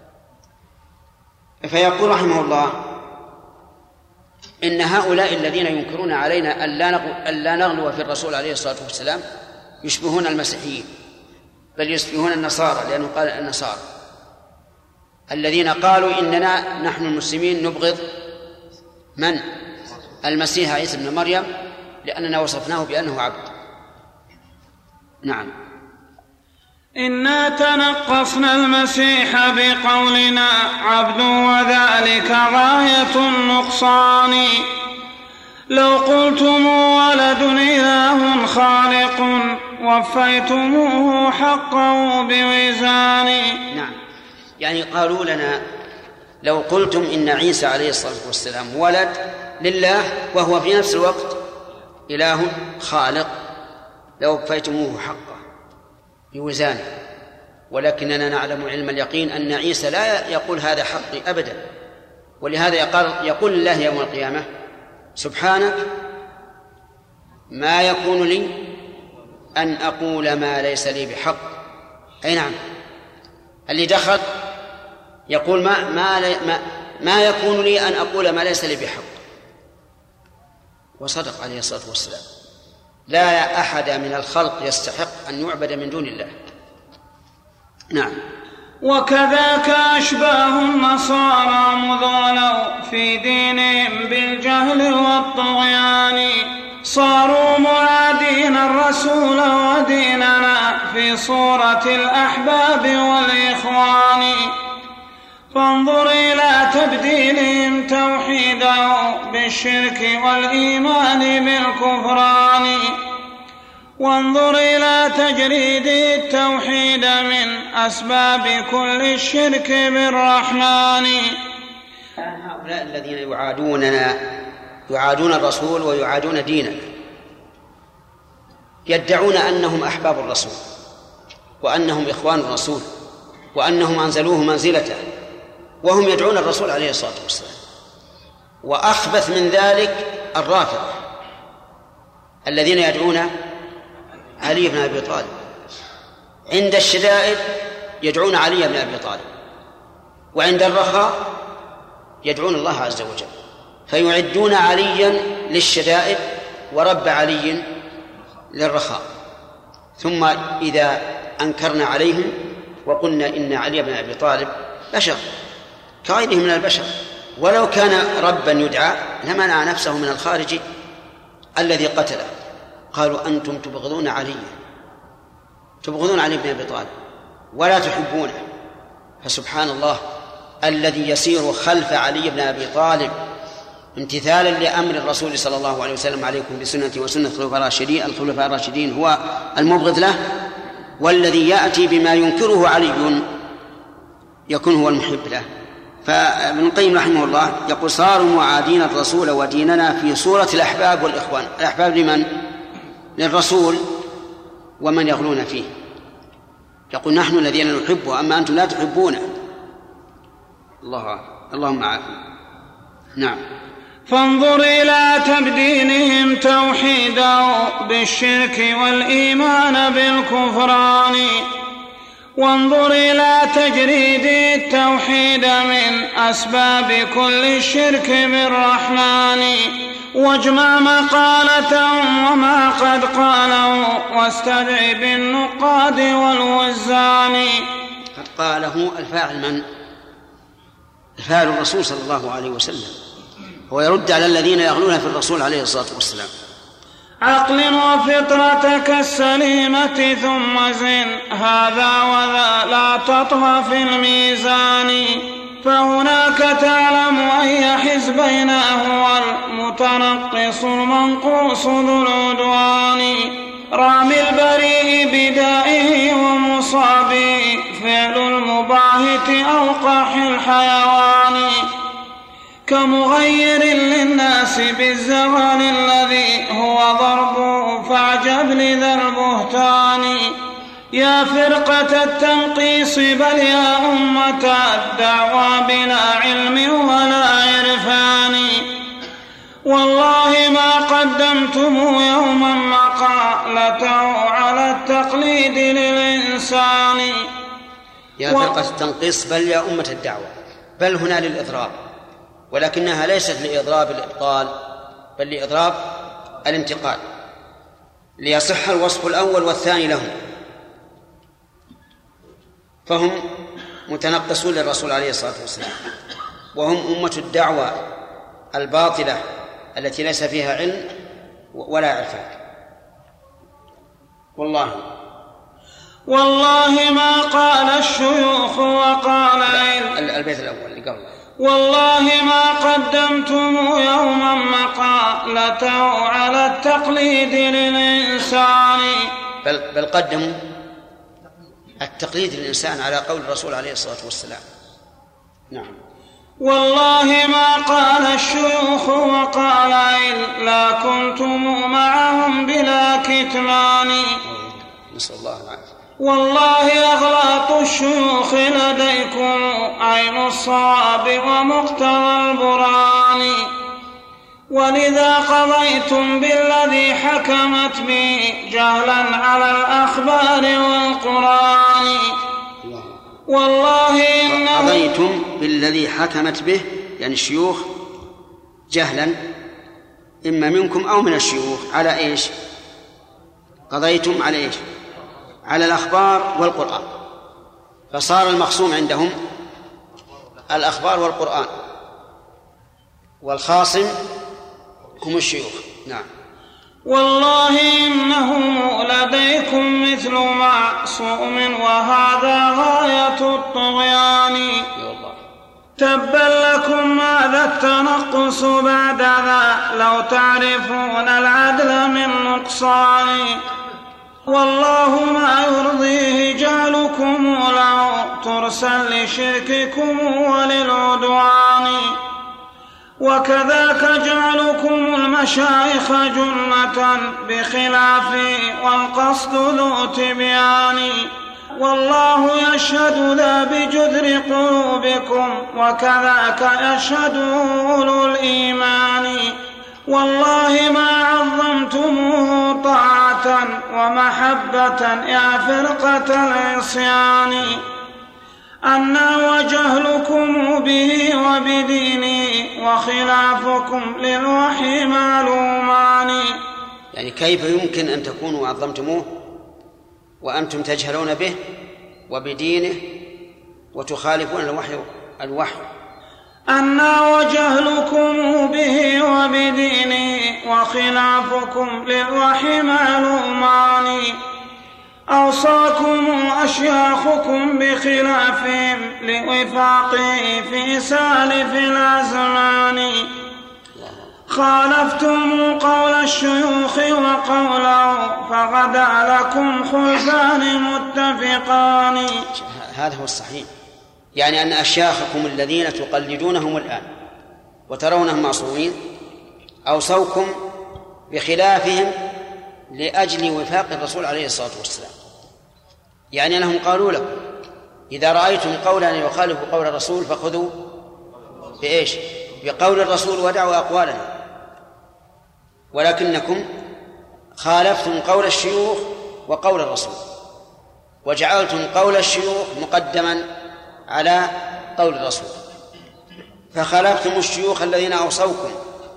فيقول رحمه الله: إن هؤلاء الذين ينكرون علينا أن لا نغلو في الرسول عليه الصلاة والسلام يشبهون المسيحيين، بل يشبهون النصارى، لأنه قال النصارى الذين قالوا إننا نحن المسلمين نبغض من؟ المسيح عيسى ابن مريم، لأننا وصفناه بأنه عبد. نعم. إنا تنقصنا المسيح بقولنا عبد وذلك غاية النقصان. لو قلتم ولد إله خالق وفيتموه حقه بوزان. نعم، يعني قالوا لنا لو قلتم إن عيسى عليه الصلاة والسلام ولد لله وهو في نفس الوقت إله خالق لوفيتموه حقه بوزانه، ولكننا نعلم علم اليقين أن عيسى لا يقول هذا حقي أبدا، ولهذا يقول الله يوم القيامة سبحانك ما يكون لي أن أقول ما ليس لي بحق. أي نعم، اللي دخل يقول ما, ما, ما, ما يكون لي أن أقول ما ليس لي بحق، وصدق عليه الصلاة والسلام. لا أحد من الخلق يستحق أن يعبد من دون الله. نعم. وكذاك أشباه النصارى مضالوا في دينهم بالجهل والطغيان، صاروا معادين الرسول وديننا في صورة الأحباب والإخوان. فانظر إلى تبديلهم توحيده بالشرك والإيمان بالكفران، وانظر إلى تجريد التوحيد من أسباب كل الشرك بالرحمن. هؤلاء الذين يعادوننا يعادون الرسول ويعادون ديننا يدعون أنهم أحباب الرسول وأنهم إخوان الرسول وأنهم أنزلوه منزلته، وهم يدعون الرسول عليه الصلاة والسلام. وأخبث من ذلك الرافضة الذين يدعون علي بن أبي طالب، عند الشدائد يدعون علي بن أبي طالب، وعند الرخاء يدعون الله عز وجل، فيعدون عليا للشدائد ورب علي للرخاء. ثم إذا أنكرنا عليهم وقلنا إن علي بن أبي طالب بشر كغيره من البشر، ولو كان ربا يدعى لمنع نفسه من الخارج الذي قتله، قالوا أنتم تبغضون علي تبغضون علي بن أبي طالب ولا تحبونه. فسبحان الله الذي يسير خلف علي بن أبي طالب امتثالا لأمر الرسول صلى الله عليه وسلم عليكم بسنتي وسنة الخلفاء الراشدين الخلفاء الراشدين هو المبغض له، والذي يأتي بما ينكره علي يكون هو المحب له. فابن القيم رحمه الله يقول صاروا معادين الرسول وديننا في صورة الأحباب والإخوان. الأحباب لمن؟ للرسول ومن يغلون فيه. يقول نحن الذين نحبه أما أنتم لا تحبونه. الله اللهم عافنا. نعم. فانظر إلى تبديلهم توحيده بالشرك والإيمان بالكفران، وانظر إلى تجريد التوحيد من أسباب كل الشرك بالرحمن، واجمع مقالتهم وما قد قالوا واستدع بالنقاد والوزان. قد قاله الفاعل من؟ الفاعل الرسول صلى الله عليه وسلم، هو يرد على الذين يغلون في الرسول عليه الصلاة والسلام. عقل وفطرتك السليمة ثم زن هذا وذا لا تطغى في الميزان، فهناك تعلم أي حزبين هو المتنقص المنقوص ذو العدوان، رامي البريء بدائه ومصابه فعل المباهت أوقح الحيوان، كمغير للناس بالزغل الذي هو ضربه فاعجب لذا البهتان، يا فرقة التنقيص بل يا أمة الدعوى بلا علم ولا عرفان، والله ما قدمتم يوما مقالته على التقليد للإنسان. يا فرقة التنقيص بل يا أمة الدعوة، بل هنا للإضراب، ولكنها ليست لإضراب الإبطال بل لإضراب الانتقال، ليصح الوصف الأول والثاني لهم. فهم متنقصون للرسول عليه الصلاة والسلام، وهم أمة الدعوة الباطلة التي ليس فيها علم ولا عرفان. والله والله ما قال الشيوخ وقال علم. البيت الأول اللي قبل: والله ما قدمتم يوما مقالته على التقليد للإنسان. بل, بل قدموا التقليد للإنسان على قول الرسول عليه الصلاة والسلام. نعم. والله ما قال الشيوخ وقال إلا كنتم معهم بلا كتمان. نسأل الله العافية. والله أغلاط الشيوخ لديكم عين الصواب ومقتضى البرهان، ولذا قضيتم بالذي حكمت به جهلا على الأخبار والقرآن. والله إنه قضيتم بالذي حكمت به، يعني الشيوخ جهلا إما منكم أو من الشيوخ، على إيش؟ قضيتم على إيش؟ على الأخبار والقرآن، فصار المخصوم عندهم الأخبار والقرآن، والخاصم هم الشيوخ. نعم. والله إنهم لديكم مثل معصوم وهذا غاية الطغيان. تبا لكم هذا التنقص بعد ذا لو تعرفون العدل من نقصان. والله ما يرضيه جعلكم له ترسا لشرككم وللعدوان، وكذاك جعلكم المشايخ جنة بخلافه والقصد ذو تبيان. والله يشهد ذا بجذر قلوبكم وكذاك يشهد أولو الإيمان. والله ما عظمتموه طاعة ومحبة يا فرقة العصيان، أنا وجهلكم به وبدينه وخلافكم للوحي معلومان. يعني كيف يمكن أن تكونوا عظمتموه وأنتم تجهلون به وبدينه وتخالفون الوحي الوحي أنا وجهلكم به وبدينه وخلافكم للوحي معلومان. أوصاكم أشياخكم بخلافهم لوفاقه في سالف الأزمان. خالفتم قول الشيوخ وقوله فغدا لكم خلفان متفقان. هذا هو الصحيح، يعني أن أشياخكم الذين تقلدونهم الآن وترونهم معصومين أوصوكم بخلافهم لأجل وفاق الرسول عليه الصلاة والسلام، يعني أنهم قالوا لكم إذا رأيتم قولا يخالف قول الرسول فخذوا بإيش؟ بقول الرسول ودعوا أقوالنا، ولكنكم خالفتم قول الشيوخ وقول الرسول وجعلتم قول الشيوخ مقدما على قول الرسول، فخالفتم الشيوخ الذين أوصوكم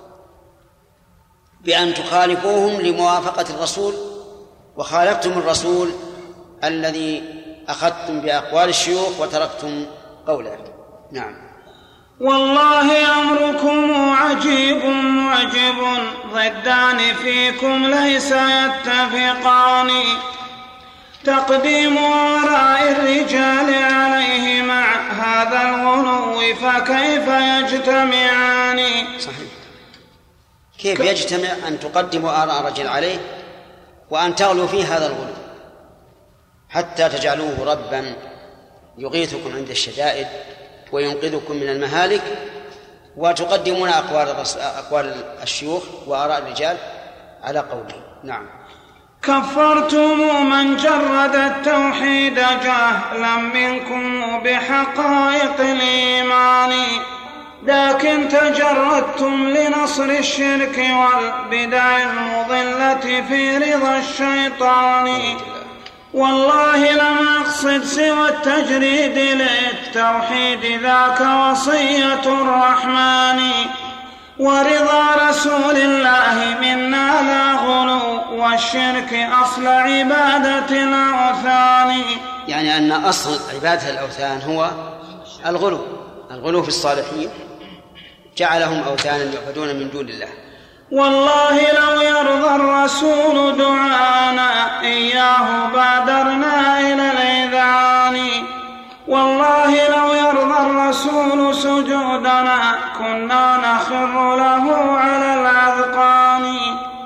بأن تخالفوهم لموافقة الرسول، وخالفتم الرسول الذي أخذتم بأقوال الشيوخ وتركتم قوله. نعم. والله أمركم عجيب معجب ضدان فيكم ليس يتفقان. تقديم آراء الرجال عليه مع هذا الغلو فكيف يجتمعان؟ صحيح. كيف يجتمع أن تقدموا آراء الرجل عليه وأن تغلوا فيه هذا الغلو حتى تجعلوه ربا يغيثكم عند الشدائد وينقذكم من المهالك، وتقدمون أقوال أقوال الشيوخ وآراء الرجال على قوله. نعم. كفرتم من جرد التوحيد جهلا منكم بحقائق الإيمان، لكن تجردتم لنصر الشرك والبدع المضلة في رضا الشيطان. والله لم أقصد سوى التجريد للتوحيد ذاك وصية الرحمن، ورضا رسول الله منا لا غلو والشرك أصل عبادة الأوثان. يعني أن أصل عبادة الأوثان هو الغلو الغلو في الصالحين جعلهم أوثانا يعبدون من دون الله. والله لو يرضى الرسول دعانا إياه بادرنا إلى الإذعان. والله لو يرضى الرسول سجودنا كنا نخر له على الأذقان.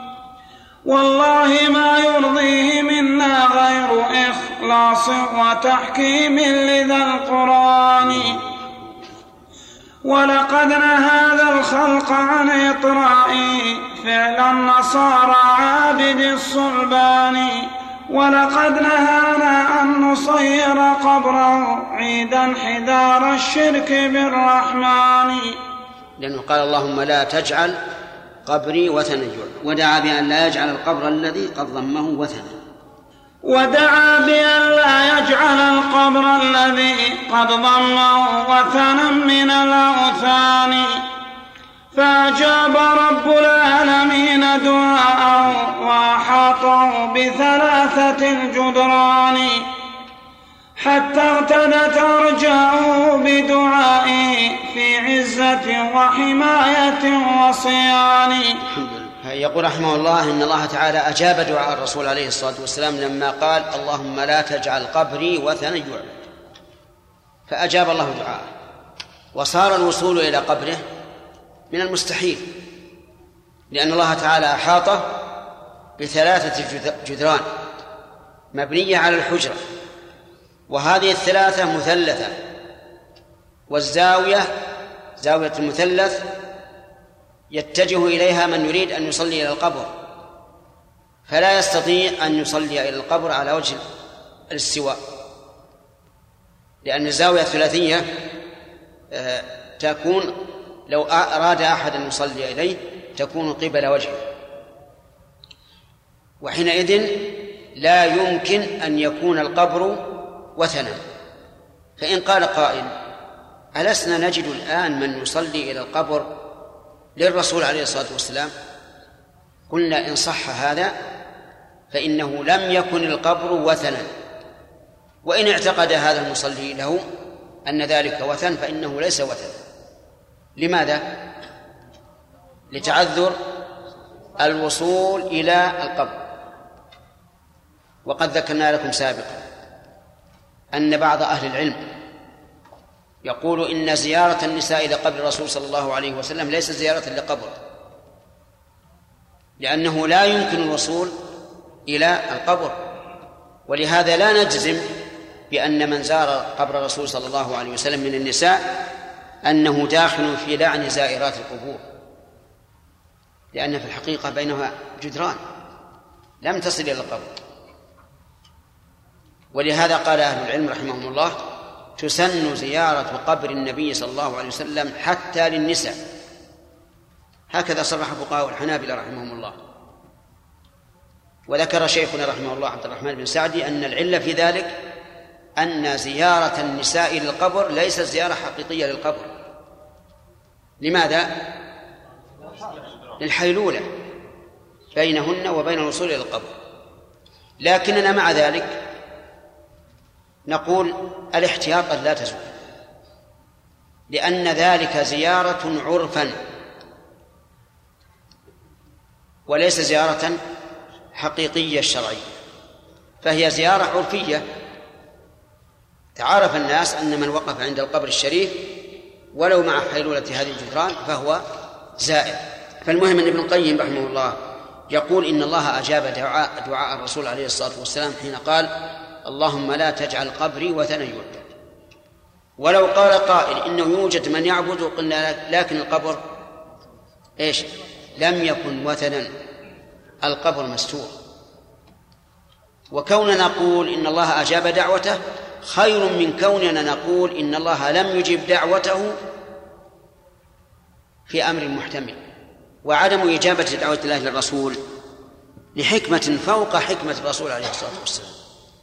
والله ما يرضيه منا غير إخلاص وتحكيم لذا القرآن. ولقد نهى ذا الخلق عن إطراء فعل النصارى عابد الصلبان. ولقد نهانا أن نصير قبره عيدا حذار الشرك بالرحمن. لأنه قال اللهم لا تجعل قبري وثنا ودعا بأن لا يجعل القبر الذي قد ضمه وثنا ودعا بأن لا يجعل القبر الذي قد ضمه وثنا من الأوثان. فأجاب رب العالمين دعاءه وأحاطه بثلاثة الجدران حتى ارتدت أرجاؤه بدعائه في عزة وحماية وصيان. يقول رحمه الله إن الله تعالى أجاب دعاء الرسول عليه الصلاة والسلام لما قال اللهم لا تجعل قبري وثنا يعبد، فأجاب الله دعاءه، وصار الوصول إلى قبره من المستحيل، لأن الله تعالى أحاطه بثلاثة جدران مبنية على الحجرة، وهذه الثلاثة مثلثة، والزاوية زاوية المثلث يتجه إليها من يريد أن يصلي إلى القبر، فلا يستطيع أن يصلي إلى القبر على وجه الاستواء، لأن الزاوية الثلاثية تكون لو أراد أحد أن يصلي إليه تكون قبل وجهه، وحينئذ لا يمكن أن يكون القبر وثنا. فإن قال قائل ألسنا نجد الآن من يصلي إلى القبر للرسول عليه الصلاة والسلام؟ قلنا إن صح هذا فإنه لم يكن القبر وثنا، وإن اعتقد هذا المصلي له أن ذلك وثن فإنه ليس وثنا. لماذا؟ لتعذر الوصول إلى القبر. وقد ذكرنا لكم سابقا أن بعض أهل العلم يقول إن زيارة النساء إلى قبر الرسول صلى الله عليه وسلم ليس زيارة لقبر، لأنه لا يمكن الوصول إلى القبر، ولهذا لا نجزم بأن من زار قبر الرسول صلى الله عليه وسلم من النساء أنه داخل في لعن زائرات القبور، لأن في الحقيقة بينها جدران لم تصل إلى القبر. ولهذا قال أهل العلم رحمهم الله تسن زيارة قبر النبي صلى الله عليه وسلم حتى للنساء، هكذا صرح فقهاء الحنابلة رحمهم الله. وذكر شيخنا رحمه الله عبد الرحمن بن سعدي أن العلة في ذلك أن زيارة النساء للقبر ليست زيارة حقيقية للقبر. لماذا؟ للحيلولة بينهن وبين الوصول إلى القبر. لكننا مع ذلك نقول الاحتياط لا تزول، لأن ذلك زيارة عرفا وليس زيارة حقيقية شرعية، فهي زيارة عرفية. تعارف الناس أن من وقف عند القبر الشريف ولو مع حيلولة هذه الجدران فهو زائر. فالمهم أن ابن القيم رحمه الله يقول إن الله أجاب دعاء, دعاء الرسول عليه الصلاة والسلام حين قال اللهم لا تجعل قبري وثنا يعبد. ولو قال قائل إنه يوجد من يعبد قلنا لكن القبر إيش؟ لم يكن وثنا، القبر مستور. وكوننا نقول إن الله أجاب دعوته خير من كوننا نقول إن الله لم يجب دعوته في أمر محتمل. وعدم إجابة دعوة الله للرسول لحكمة فوق حكمة الرسول عليه الصلاة والسلام،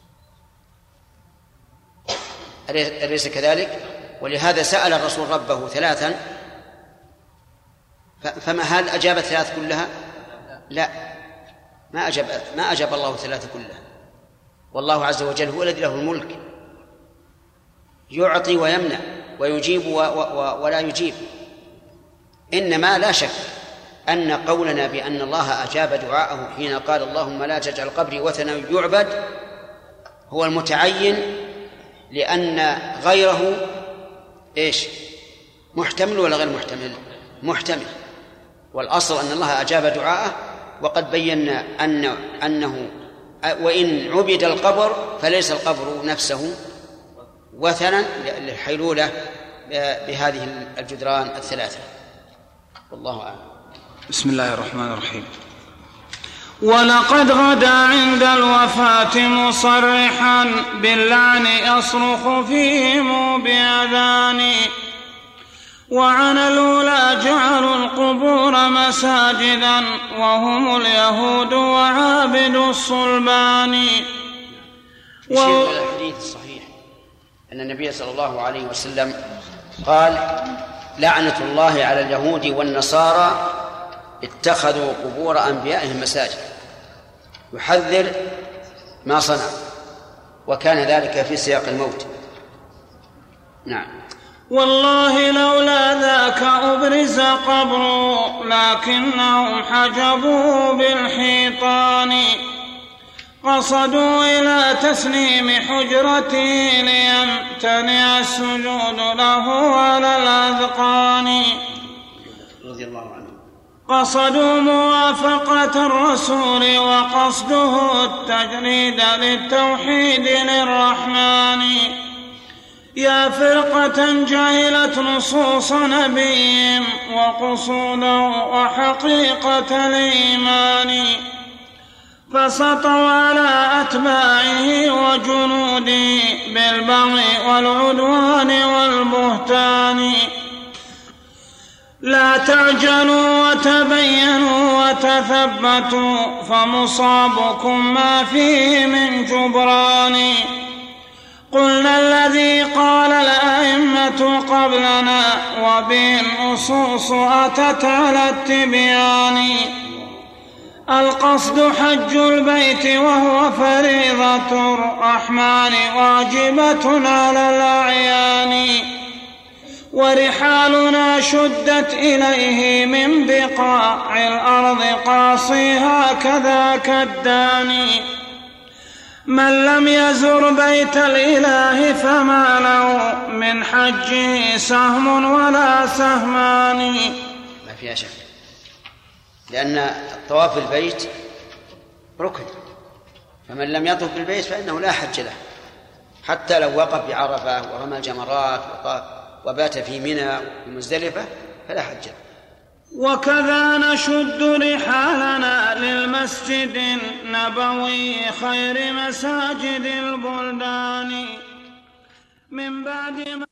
أليس كذلك؟ ولهذا سأل الرسول ربه ثلاثا، فما هل أجاب الثلاث كلها؟ لا، ما أجاب, ما أجاب الله الثلاث كلها. والله عز وجل هو الذي له الملك، يعطي ويمنع ويجيب و و و ولا يجيب. إنما لا شك أن قولنا بأن الله أجاب دعاءه حين قال اللهم لا تجعل قبري وثنا يعبد هو المتعين، لأن غيره إيش محتمل ولا غير محتمل؟ محتمل. والأصل أن الله أجاب دعاءه، وقد بينا أن أنه وإن عبد القبر فليس القبر نفسه وثنا للحيلولة بهذه الجدران الثلاثة. والله أعلم. بسم الله الرحمن الرحيم. ولقد غدا عند الوفاة مصرحا باللعن يصرخ فيهم بأذان، وعن الأولى جعلوا القبور مساجدا وهم اليهود وعابد الصلبان. يشير إلى الحديث الصحيح أن النبي صلى الله عليه وسلم قال لعنة الله على اليهود والنصارى اتخذوا قبور أنبيائهم مساجد، يحذر ما صنع، وكان ذلك في سياق الموت. نعم. والله لولا ذاك أبرز قبر لكنهم حجبوا بالحيطان، قصدوا إلى تسليم حجرته ليمتنع السجود له على الأذقان. رضي الله عنه. قصدوا موافقة الرسول وقصده التجريد للتوحيد للرحمن. يا فرقة جهلت نصوص نبيهم وقصوده وحقيقة الإيمان، فسطوا على أتباعه وجنوده بالبغي والعدوان والبهتان. لا تعجلوا وتبينوا وتثبتوا فمصابكم ما فيه من جبران. قلنا الذي قال الأئمة قبلنا وبه النصوص أتت على التبيان. القصد حج البيت وهو فريضة الرحمن واجبة على الأعيان، ورحالنا شدت إليه من بقاع الأرض قاصيها كذاك الداني. من لم يزر بيت الإله فما له من حجه سهم ولا سهمان. ما فيها شك، لأن الطواف بالبيت ركن، فمن لم يطف بالبيت فإنه لا حج له، حتى لو وقف بعرفة ورمى الجمرات وبات في منى ومزدلفة فلا حج له. وكذا نشد رحالنا للمسجد النبوي خير مساجد البلدان من بعد ما